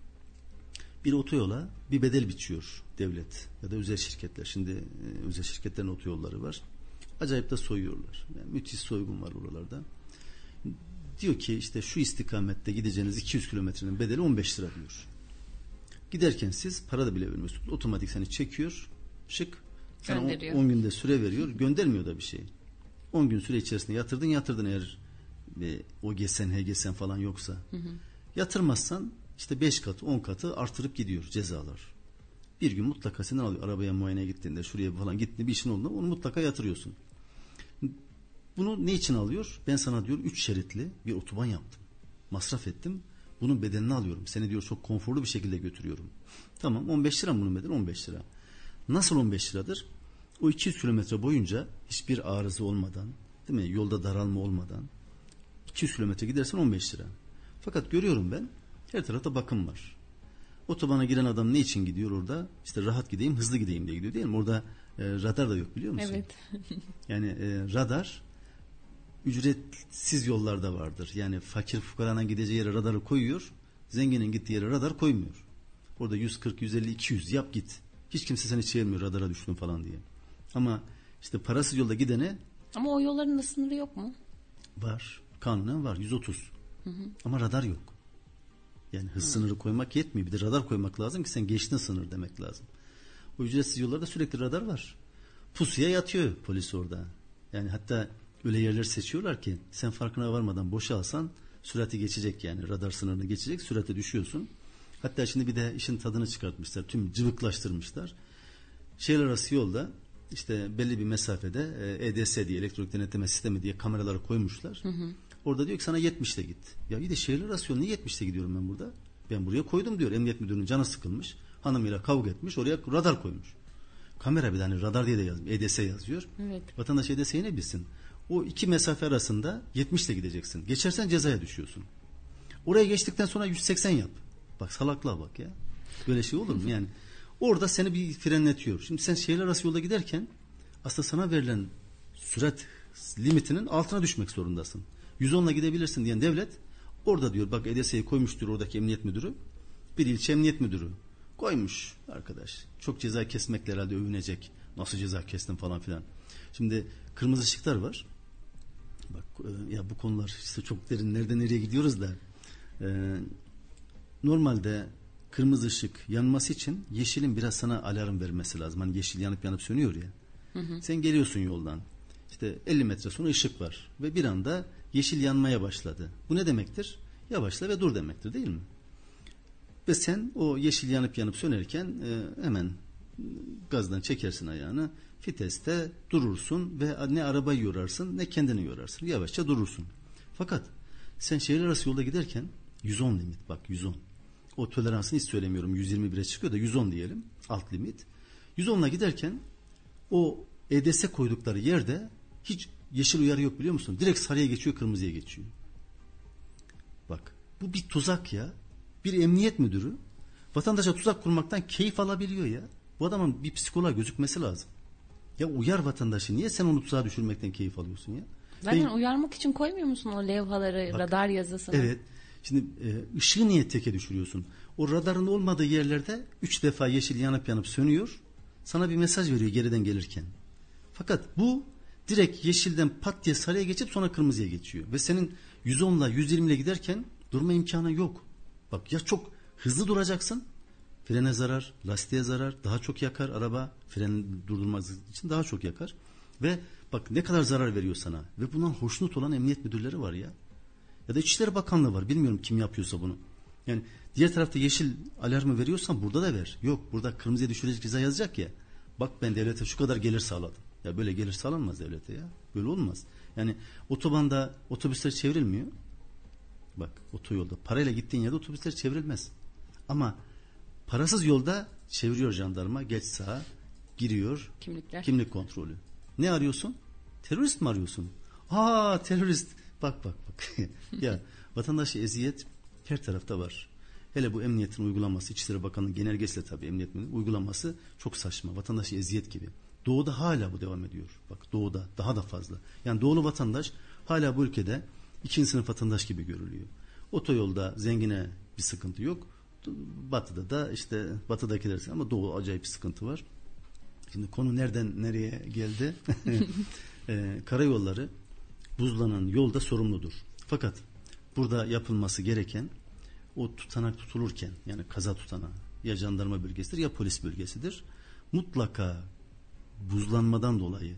Bir otoyola bir bedel biçiyor devlet ya da özel şirketler. Şimdi özel şirketlerin otoyolları var. Acayip de soyuyorlar. Yani müthiş soygun var oralarda. Diyor ki işte şu istikamette gideceğiniz 200 kilometrenin bedeli 15 lira diyor. Giderken siz para da bile vermiyorsunuz. Otomatik seni çekiyor. Şık. Sana 10 günde süre veriyor. Göndermiyor da bir şey. 10 gün süre içerisinde yatırdın eğer OGS'en, HGS'en falan yoksa. Yatırmazsan işte 5 katı 10 katı artırıp gidiyor cezalar. Bir gün mutlaka senden alıyor. Arabaya muayeneye gittiğinde şuraya falan gittiğinde bir işin olduğunda onu mutlaka yatırıyorsun. Bunu ne için alıyor? Ben sana diyor 3 şeritli bir otoban yaptım. Masraf ettim. Bunun bedelini alıyorum. Seni diyor çok konforlu bir şekilde götürüyorum. Tamam 15 lira mı bunun bedeli? 15 lira. Nasıl 15 liradır? O 200 kilometre boyunca hiçbir arıza olmadan, değil mi? Yolda daralma olmadan 200 kilometre gidersen 15 lira. Fakat görüyorum ben her tarafta bakım var. Otobana giren adam ne için gidiyor orada? İşte rahat gideyim, hızlı gideyim diye gidiyor değil mi? Orada radar da yok biliyor musun? Evet. Yani radar ücretsiz yollarda vardır. Yani fakir fukaranın gideceği yere radarı koyuyor. Zenginin gittiği yere radar koymuyor. Orada 140, 150, 200 yap git. Hiç kimse seni çevirmiyor radara düştün falan diye. Ama işte parasız yolda gidene... Ama o yolların da sınırı yok mu? Var. Kanunen var. 130. Ama radar yok. Yani hız sınırı koymak yetmiyor. Bir de radar koymak lazım ki sen geçtin sınır demek lazım. O ücretsiz yollarda sürekli radar var. Pusuya yatıyor polis orada. Yani hatta öyle yerler seçiyorlar ki sen farkına varmadan boşa alsan sürati geçecek yani. Radar sınırını geçecek. Sürate düşüyorsun. Hatta şimdi bir de işin tadını çıkartmışlar. Tüm cıvıklaştırmışlar. Şehirler arası yolda işte belli bir mesafede EDS diye, elektronik denetleme sistemi diye kameraları koymuşlar. Orada diyor ki sana 70'te git. Ya iyi de şehirler arası yol niye 70'te gidiyorum ben burada? Ben buraya koydum diyor. Emniyet müdürünün canı sıkılmış. Hanımıyla kavga etmiş. Oraya radar koymuş. Kamera bir tane radar diye de yazmış. EDS yazıyor. Evet. Vatandaş EDS'yi ne bilsin? O iki mesafe arasında 70'te gideceksin. Geçersen cezaya düşüyorsun. Oraya geçtikten sonra 180 yap. Bak salaklığa bak ya. Böyle şey olur mu? Yani orada seni bir frenletiyor. Şimdi sen şehirler arası yolda giderken aslında sana verilen sürat limitinin altına düşmek zorundasın. 110'la gidebilirsin diyen devlet orada diyor bak EDS'yi koymuştur oradaki emniyet müdürü. Bir ilçe emniyet müdürü koymuş arkadaş. Çok ceza kesmekle herhalde övünecek. Nasıl ceza kestim falan filan. Şimdi kırmızı ışıklar var. Bak ya bu konular işte çok derin. Nereden nereye gidiyoruz da. Normalde kırmızı ışık yanması için yeşilin biraz sana alarm vermesi lazım. Hani yeşil yanıp sönüyor ya. Sen geliyorsun yoldan. İşte 50 metre sonra ışık var ve bir anda yeşil yanmaya başladı. Bu ne demektir? Yavaşla ve dur demektir, değil mi? Ve sen o yeşil yanıp sönerken hemen gazdan çekersin ayağını, viteste durursun ve ne arabayı yorarsın ne kendini yorarsın. Yavaşça durursun. Fakat sen şehir arası yolda giderken 110 limit, bak 110. O toleransını hiç söylemiyorum, 121'e çıkıyor da 110 diyelim alt limit. 110'la giderken o EDS koydukları yerde hiç yeşil uyarı yok, biliyor musun? Direkt sarıya geçiyor, kırmızıya geçiyor. Bak bu bir tuzak ya. Bir emniyet müdürü vatandaşa tuzak kurmaktan keyif alabiliyor ya. Bu adamın bir psikoloğa gözükmesi lazım. Ya uyar vatandaşı, niye sen onu tuzağa düşürmekten keyif alıyorsun ya? Zaten uyarmak için koymuyor musun o levhaları, bak, radar yazısını? Evet. Şimdi ışığı niye teke düşürüyorsun? O radarın olmadığı yerlerde 3 defa yeşil yanıp sönüyor. Sana bir mesaj veriyor geriden gelirken. Fakat bu direkt yeşilden pat diye sarıya geçip sonra kırmızıya geçiyor. Ve senin 110'la 120'le giderken durma imkanı yok. Bak ya çok hızlı duracaksın, frene zarar, lastiğe zarar, daha çok yakar araba, freni durdurmak için daha çok yakar. Ve bak ne kadar zarar veriyor sana. Ve bundan hoşnut olan emniyet müdürleri var ya. Ya da İçişleri Bakanlığı var, bilmiyorum kim yapıyorsa bunu. Yani diğer tarafta yeşil alarmı veriyorsan burada da ver. Yok, burada kırmızıya düşürecek ceza yazacak ya. Bak ben devlete şu kadar gelir sağladım. Ya böyle gelir sağlanmaz devlete ya. Böyle olmaz. Yani otobanda otobüsler çevrilmiyor. Bak otoyolda parayla gittiğin yerde otobüsler çevrilmez. Ama parasız yolda çeviriyor jandarma, geç sağa giriyor. Kimlik kontrolü. Ne arıyorsun? Terörist mi arıyorsun? Aa terörist. Bak. Ya vatandaşı eziyet her tarafta var. Hele bu emniyetin uygulaması, İçişleri Bakanı'nın genelgesiyle tabii emniyetin uygulaması çok saçma. Vatandaşı eziyet gibi. Doğuda hala bu devam ediyor. Bak doğuda daha da fazla. Yani doğulu vatandaş hala bu ülkede ikinci sınıf vatandaş gibi görülüyor. Otoyolda zengine bir sıkıntı yok. Batıda da işte batıdakiler ama doğu acayip bir sıkıntı var. Şimdi konu nereden nereye geldi? Karayolları buzlanan yolda sorumludur. Fakat burada yapılması gereken o tutanak tutulurken, yani kaza tutanağı ya jandarma bölgesidir ya polis bölgesidir. Mutlaka buzlanmadan dolayı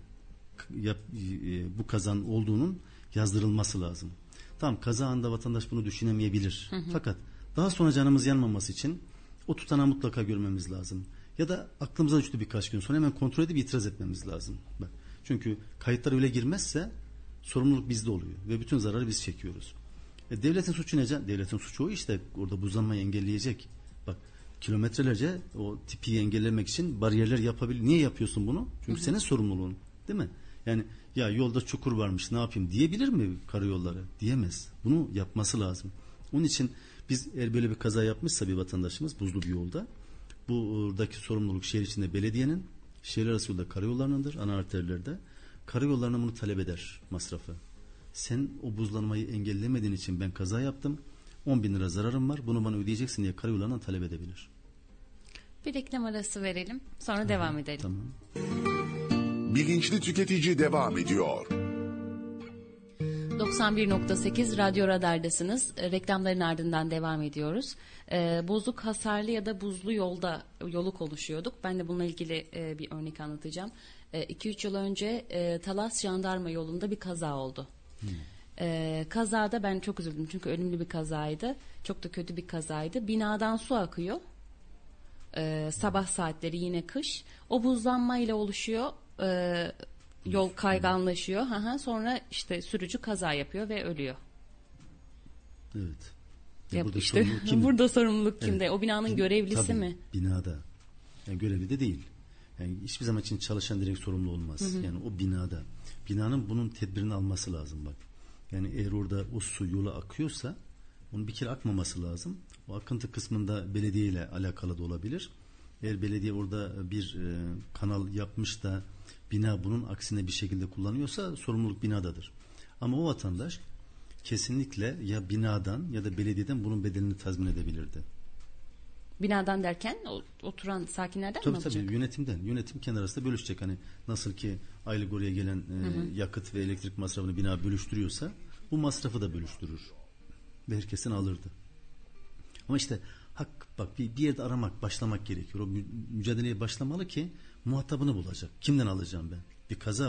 bu kazanın olduğunun yazdırılması lazım. Tamam, kaza anında vatandaş bunu düşünemeyebilir. Fakat daha sonra canımız yanmaması için o tutanağı mutlaka görmemiz lazım. Ya da aklımıza düştü birkaç gün sonra hemen kontrol edip itiraz etmemiz lazım. Bak, çünkü kayıtlar öyle girmezse sorumluluk bizde oluyor ve bütün zararı biz çekiyoruz. Devletin suçu ne? Devletin suçu o işte, orada buzlanmayı engelleyecek. Bak kilometrelerce o tipi engellemek için bariyerler yapabilir. Niye yapıyorsun bunu? Çünkü senin sorumluluğun, değil mi? Yani ya yolda çukur varmış ne yapayım diyebilir mi karayolları? Diyemez. Bunu yapması lazım. Onun için biz eğer böyle bir kaza yapmışsa bir vatandaşımız buzlu bir yolda, buradaki sorumluluk şehir içinde belediyenin, şehir arası yolda karayollarınındır, ana arterlerde. Karayollarına bunu talep eder masrafı. Sen o buzlanmayı engellemediğin için ben kaza yaptım, 10.000 lira zararım var, bunu bana ödeyeceksin diye karayollarından talep edebilir. Bir reklam arası verelim, sonra devam edelim. Tamam. Bilinçli Tüketici devam ediyor. 91.8 Radyo Radar'dasınız. Reklamların ardından devam ediyoruz. Bozuk, hasarlı ya da buzlu yolu konuşuyorduk. Ben de bununla ilgili bir örnek anlatacağım. 2-3 yıl önce Talas Jandarma yolunda bir kaza oldu. Kazada ben çok üzüldüm çünkü ölümlü bir kazaydı. Çok da kötü bir kazaydı. Binadan su akıyor. Sabah saatleri, yine kış. O buzlanmayla oluşuyor. Yol kayganlaşıyor. Sonra işte sürücü kaza yapıyor ve ölüyor. Evet. Burada işte sorumluluk kimde? Burada sorumluluk kimde? Evet. O binanın görevlisi tabii, mi? Binada. Yani görevli de değil. Yani hiçbir zaman için çalışan direkt sorumlu olmaz. Yani o binada. Binanın bunun tedbirini alması lazım bak. Yani eğer orada o su yola akıyorsa onun bir kere akmaması lazım. O akıntı kısmında belediye ile alakalı da olabilir. Eğer belediye orada bir kanal yapmış da bina bunun aksine bir şekilde kullanıyorsa sorumluluk binadadır. Ama o vatandaş kesinlikle ya binadan ya da belediyeden bunun bedelini tazmin edebilirdi. Binadan derken oturan sakinlerden tabii, mi alacak? Tabii yönetimden. Yönetim kendi arasında bölüşecek. Hani nasıl ki aylık oraya gelen yakıt ve elektrik masrafını bina bölüştürüyorsa bu masrafı da bölüştürür. Ve herkesin alırdı. Ama işte bak bir yerde aramak, başlamak gerekiyor. O mücadeleye başlamalı ki muhatabını bulacak. Kimden alacağım ben? Bir kaza var.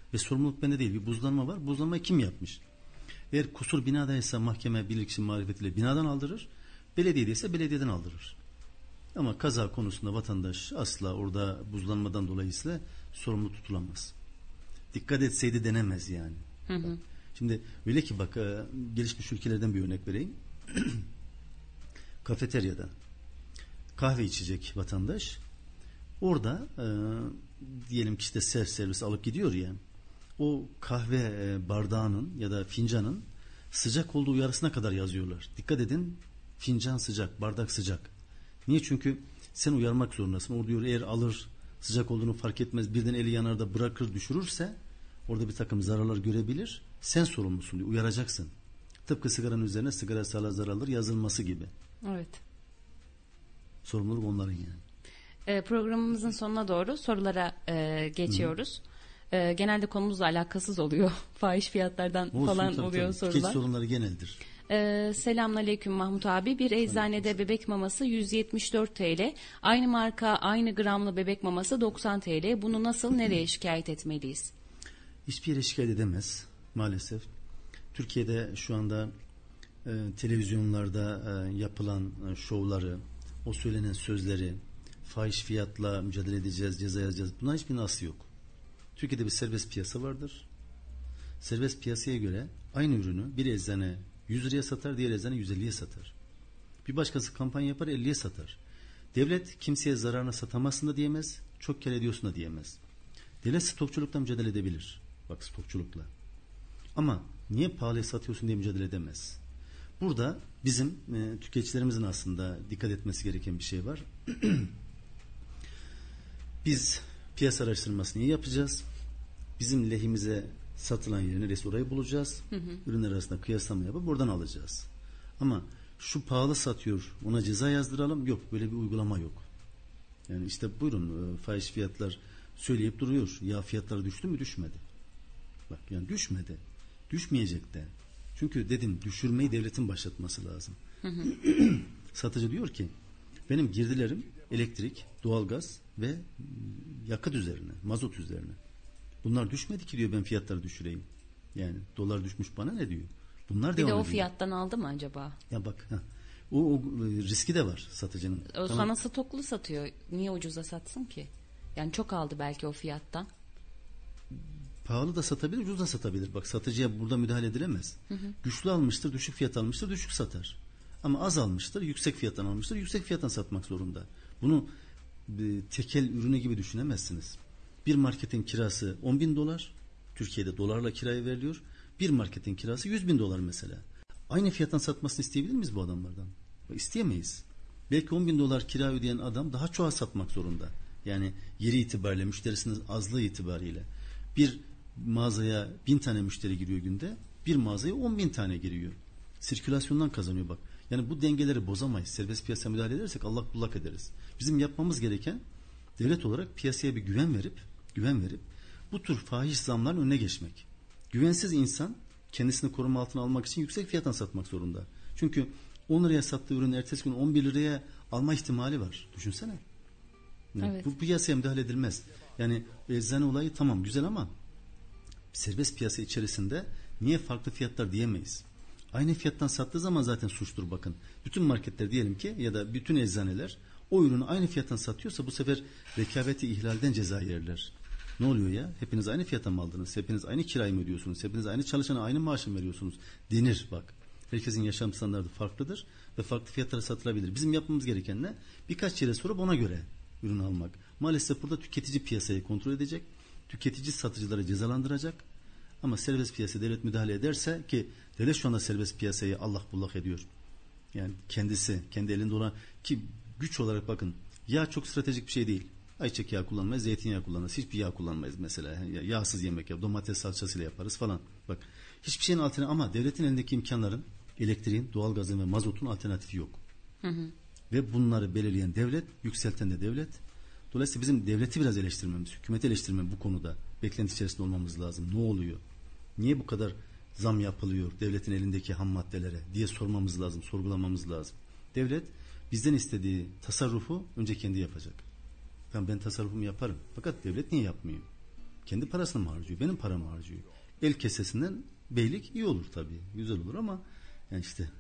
Ve sorumluluk bende değil. Bir buzlanma var. Buzlanmayı kim yapmış? Eğer kusur binadaysa mahkeme bilirkişi marifetiyle binadan aldırır. Belediyedeyse belediyeden aldırır. Ama kaza konusunda vatandaş asla orada buzlanmadan dolayısıyla sorumlu tutulamaz. Dikkat etseydi denemez yani. Hı hı. Şimdi öyle ki bak, gelişmiş ülkelerden bir örnek vereyim. Kafeteryada kahve içecek vatandaş. Orada diyelim ki işte servis alıp gidiyor ya. O kahve bardağının ya da fincanın sıcak olduğu uyarısına kadar yazıyorlar. Dikkat edin, fincan sıcak, bardak sıcak. Niye? Çünkü sen uyarmak zorundasın. O diyor eğer alır, sıcak olduğunu fark etmez, birden eli yanar da bırakır düşürürse orada bir takım zararlar görebilir. Sen sorumlusun diyor, uyaracaksın. Tıpkı sigaranın üzerine sigara sağlar zararları yazılması gibi. Evet. Sorumluluk onların yani. Programımızın sonuna doğru sorulara geçiyoruz. Genelde konumuzla alakasız oluyor. Fahiş fiyatlardan Olsun, falan tabii, oluyor tabii. sorular. Tüketici sorunları geneldir. Selamünaleyküm Mahmut abi. Bir eczanede bebek maması 174 TL. Aynı marka, aynı gramlı bebek maması 90 TL. Bunu nasıl, nereye şikayet etmeliyiz? Hiçbir yere şikayet edemez maalesef. Türkiye'de şu anda televizyonlarda yapılan şovları, o söylenen sözleri, fahiş fiyatla mücadele edeceğiz, ceza yazacağız. Bunların hiçbirinin aslı yok. Türkiye'de bir serbest piyasa vardır. Serbest piyasaya göre aynı ürünü bir eczane 100 liraya satar, diğer eczane 150'ye satar. Bir başkası kampanya yapar, 50'ye satar. Devlet kimseye zararına satamazsın da diyemez, çok kar ediyorsun da diyemez. Devlet stokçulukla mücadele edebilir. Bak, stokçulukla. Ama niye pahalıya satıyorsun diye mücadele edemez. Burada bizim tüketicilerimizin aslında dikkat etmesi gereken bir şey var. Biz piyasa araştırmasını iyi yapacağız. Bizim lehimize satılan yerini, neresi orayı bulacağız. Ürünler arasında kıyaslama yapıp buradan alacağız. Ama şu pahalı satıyor, ona ceza yazdıralım. Yok, böyle bir uygulama yok. Yani işte buyurun, fahiş fiyatlar söyleyip duruyor. Ya fiyatlar düştü mü? Düşmedi. Bak yani düşmedi. Düşmeyecek de. Çünkü dedim, düşürmeyi devletin başlatması lazım. Satıcı diyor ki benim girdilerim elektrik, doğalgaz ve yakıt üzerine, mazot üzerine. Bunlar düşmedi ki diyor, ben fiyatları düşüreyim. Yani dolar düşmüş, bana ne diyor? Bunlar Bir devam de o ediyor. fiyattan aldı mı acaba? Ya bak, o riski de var satıcının. O sana stoklu satıyor. Niye ucuza satsın ki? Yani çok aldı belki o fiyattan. Pahalı da satabilir, ucuz da satabilir. Bak, satıcıya burada müdahale edilemez. Güçlü almıştır, düşük fiyat almıştır, düşük satar. Ama az almıştır, yüksek fiyattan almıştır, yüksek fiyattan satmak zorunda. Bunu tekel ürünü gibi düşünemezsiniz. Bir marketin kirası 10.000 dolar. Türkiye'de dolarla kiraya veriliyor. Bir marketin kirası 100.000 dolar mesela. Aynı fiyattan satmasını isteyebilir miyiz bu adamlardan? İsteyemeyiz. Belki 10.000 dolar kira ödeyen adam daha çoğa satmak zorunda. Yani yeri itibariyle, müşterisinin azlığı itibariyle. Bir mağazaya 1000 tane müşteri giriyor günde. Bir mağazaya 10.000 tane giriyor. Sirkülasyondan kazanıyor bak. Yani bu dengeleri bozamayız. Serbest piyasaya müdahale edersek allak bullak ederiz. Bizim yapmamız gereken, devlet olarak piyasaya bir güven verip bu tür fahiş zamların önüne geçmek. Güvensiz insan kendisini koruma altına almak için yüksek fiyattan satmak zorunda. Çünkü 10 liraya sattığı ürünü ertesi gün 11 liraya alma ihtimali var. Düşünsene. Yani Evet. bu piyasaya müdahale edilmez. Yani eczane olayı tamam, güzel, ama serbest piyasa içerisinde niye farklı fiyatlar diyemeyiz? Aynı fiyattan sattığı zaman zaten suçtur bakın. Bütün marketler diyelim ki ya da bütün eczaneler o ürünü aynı fiyattan satıyorsa bu sefer rekabeti ihlalden ceza yerler. Ne oluyor ya? Hepiniz aynı fiyata mı aldınız? Hepiniz aynı kirayı mı ödüyorsunuz? Hepiniz aynı çalışana aynı maaşı mı veriyorsunuz? Denir bak. Herkesin yaşam standartı farklıdır ve farklı fiyatlara satılabilir. Bizim yapmamız gereken ne? Birkaç yere sorup ona göre ürün almak. Maalesef burada tüketici piyasayı kontrol edecek. Tüketici satıcıları cezalandıracak. Ama serbest piyasaya devlet müdahale ederse, ki devlet şu anda serbest piyasayı allak bullak ediyor. Yani kendisi, kendi elinde olan, ki güç olarak bakın, yağ çok stratejik bir şey değil. Ayçiçek yağı kullanmayız, zeytinyağı kullanırız. Hiçbir yağ kullanmayız mesela. Yani yağsız yemek yap, domates salçasıyla yaparız falan. Bak, hiçbir şeyin alternatifi, ama devletin elindeki imkanların, elektriğin, doğalgazın ve mazotun alternatifi yok. Ve bunları belirleyen devlet, yükselten de devlet. Dolayısıyla bizim devleti biraz eleştirmemiz, hükümeti eleştirmemiz bu konuda. Beklenti içerisinde olmamız lazım. Ne oluyor? Niye bu kadar zam yapılıyor devletin elindeki ham maddelere diye sormamız lazım, sorgulamamız lazım. Devlet bizden istediği tasarrufu önce kendi yapacak. Tamam, ben tasarrufumu yaparım. Fakat devlet niye yapmıyor? Kendi parasını mı harcıyor? Benim paramı harcıyor. El kesesinden beylik iyi olur tabii. Güzel olur ama yani işte.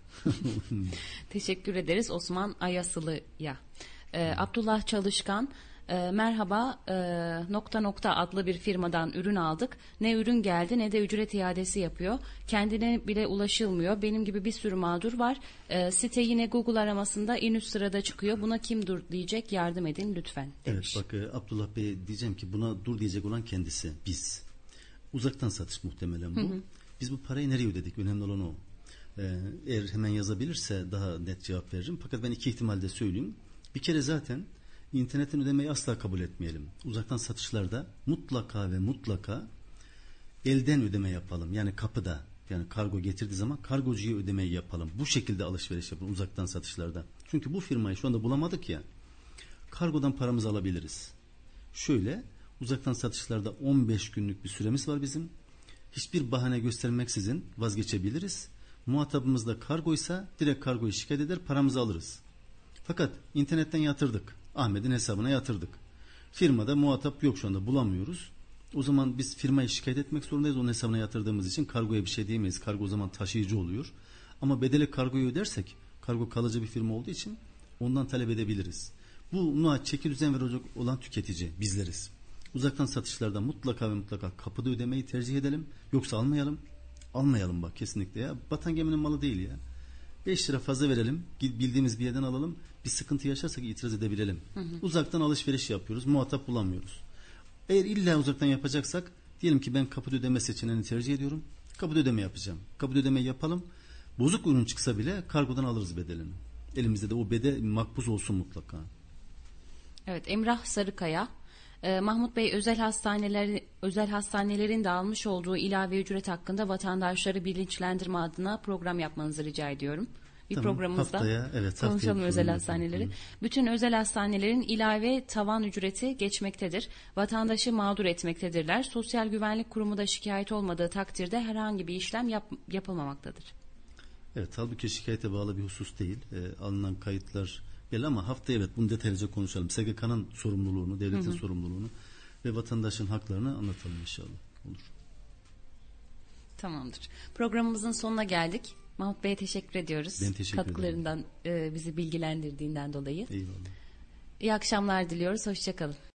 Teşekkür ederiz Osman Ayasılı'ya. Abdullah Çalışkan, merhaba, nokta nokta adlı bir firmadan ürün aldık. Ne ürün geldi ne de ücret iadesi yapıyor. Kendine bile ulaşılmıyor. Benim gibi bir sürü mağdur var. Site yine Google aramasında en üst sırada çıkıyor. Buna kim dur diyecek, yardım edin lütfen demiş. Evet bak Abdullah Bey, diyeceğim ki buna dur diyecek olan kendisi, biz. Uzaktan satış muhtemelen bu. Biz bu parayı nereye ödedik? Önemli olan o. Eğer hemen yazabilirse daha net cevap veririm. Fakat ben iki ihtimalde söyleyeyim. Bir kere zaten internetten ödemeyi asla kabul etmeyelim. Uzaktan satışlarda mutlaka ve mutlaka elden ödeme yapalım. Yani kapıda, yani kargo getirdiği zaman kargocuya ödemeyi yapalım. Bu şekilde alışveriş yapalım uzaktan satışlarda. Çünkü bu firmayı şu anda bulamadık ya. Kargodan paramızı alabiliriz. Şöyle, uzaktan satışlarda 15 günlük bir süremiz var bizim. Hiçbir bahane göstermeksizin vazgeçebiliriz. Muhatabımız da kargoysa direkt kargoyu şikayet eder, paramızı alırız. Fakat internetten yatırdık. Ahmet'in hesabına yatırdık. Firmada muhatap yok, şu anda bulamıyoruz. O zaman biz firmayı şikayet etmek zorundayız. Onun hesabına yatırdığımız için kargoya bir şey diyemeyiz. Kargo o zaman taşıyıcı oluyor. Ama bedeli kargoyu ödersek, kargo kalıcı bir firma olduğu için ondan talep edebiliriz. Buna çeki düzen verecek olan tüketici bizleriz. Uzaktan satışlarda mutlaka ve mutlaka kapıda ödemeyi tercih edelim. Yoksa almayalım. Almayalım bak, kesinlikle ya. Batan geminin malı değil ya. 5 lira fazla verelim. Bildiğimiz bir yerden alalım. Bir sıkıntı yaşarsak itiraz edebilelim. Uzaktan alışveriş yapıyoruz. Muhatap bulamıyoruz. Eğer illa uzaktan yapacaksak, diyelim ki ben kapıda ödeme seçeneğini tercih ediyorum. Kapıda ödeme yapacağım. Kapıda ödeme yapalım. Bozuk ürün çıksa bile kargodan alırız bedelini. Elimizde de o bedel makbuz olsun mutlaka. Evet, Emrah Sarıkaya, Mahmut Bey, özel hastanelerin de almış olduğu ilave ücret hakkında vatandaşları bilinçlendirme adına program yapmanızı rica ediyorum. Bir Tamam, programımızda haftaya konuşalım özel hastaneleri. Bütün özel hastanelerin ilave tavan ücreti geçmektedir. Vatandaşı mağdur etmektedirler. Sosyal Güvenlik Kurumu da şikayet olmadığı takdirde herhangi bir işlem yapılmamaktadır. Evet, halbuki şikayete bağlı bir husus değil. Alınan kayıtlar belli ama haftaya evet bunu detaylıca konuşalım. SGK'nın sorumluluğunu, devletin sorumluluğunu ve vatandaşın haklarını anlatalım inşallah. Olur. Tamamdır. Programımızın sonuna geldik. Mahmut Bey'e teşekkür ediyoruz. Ben teşekkür ederim. Katkılarından, bizi bilgilendirdiğinden dolayı. Eyvallah. İyi akşamlar diliyoruz. Hoşça kalın.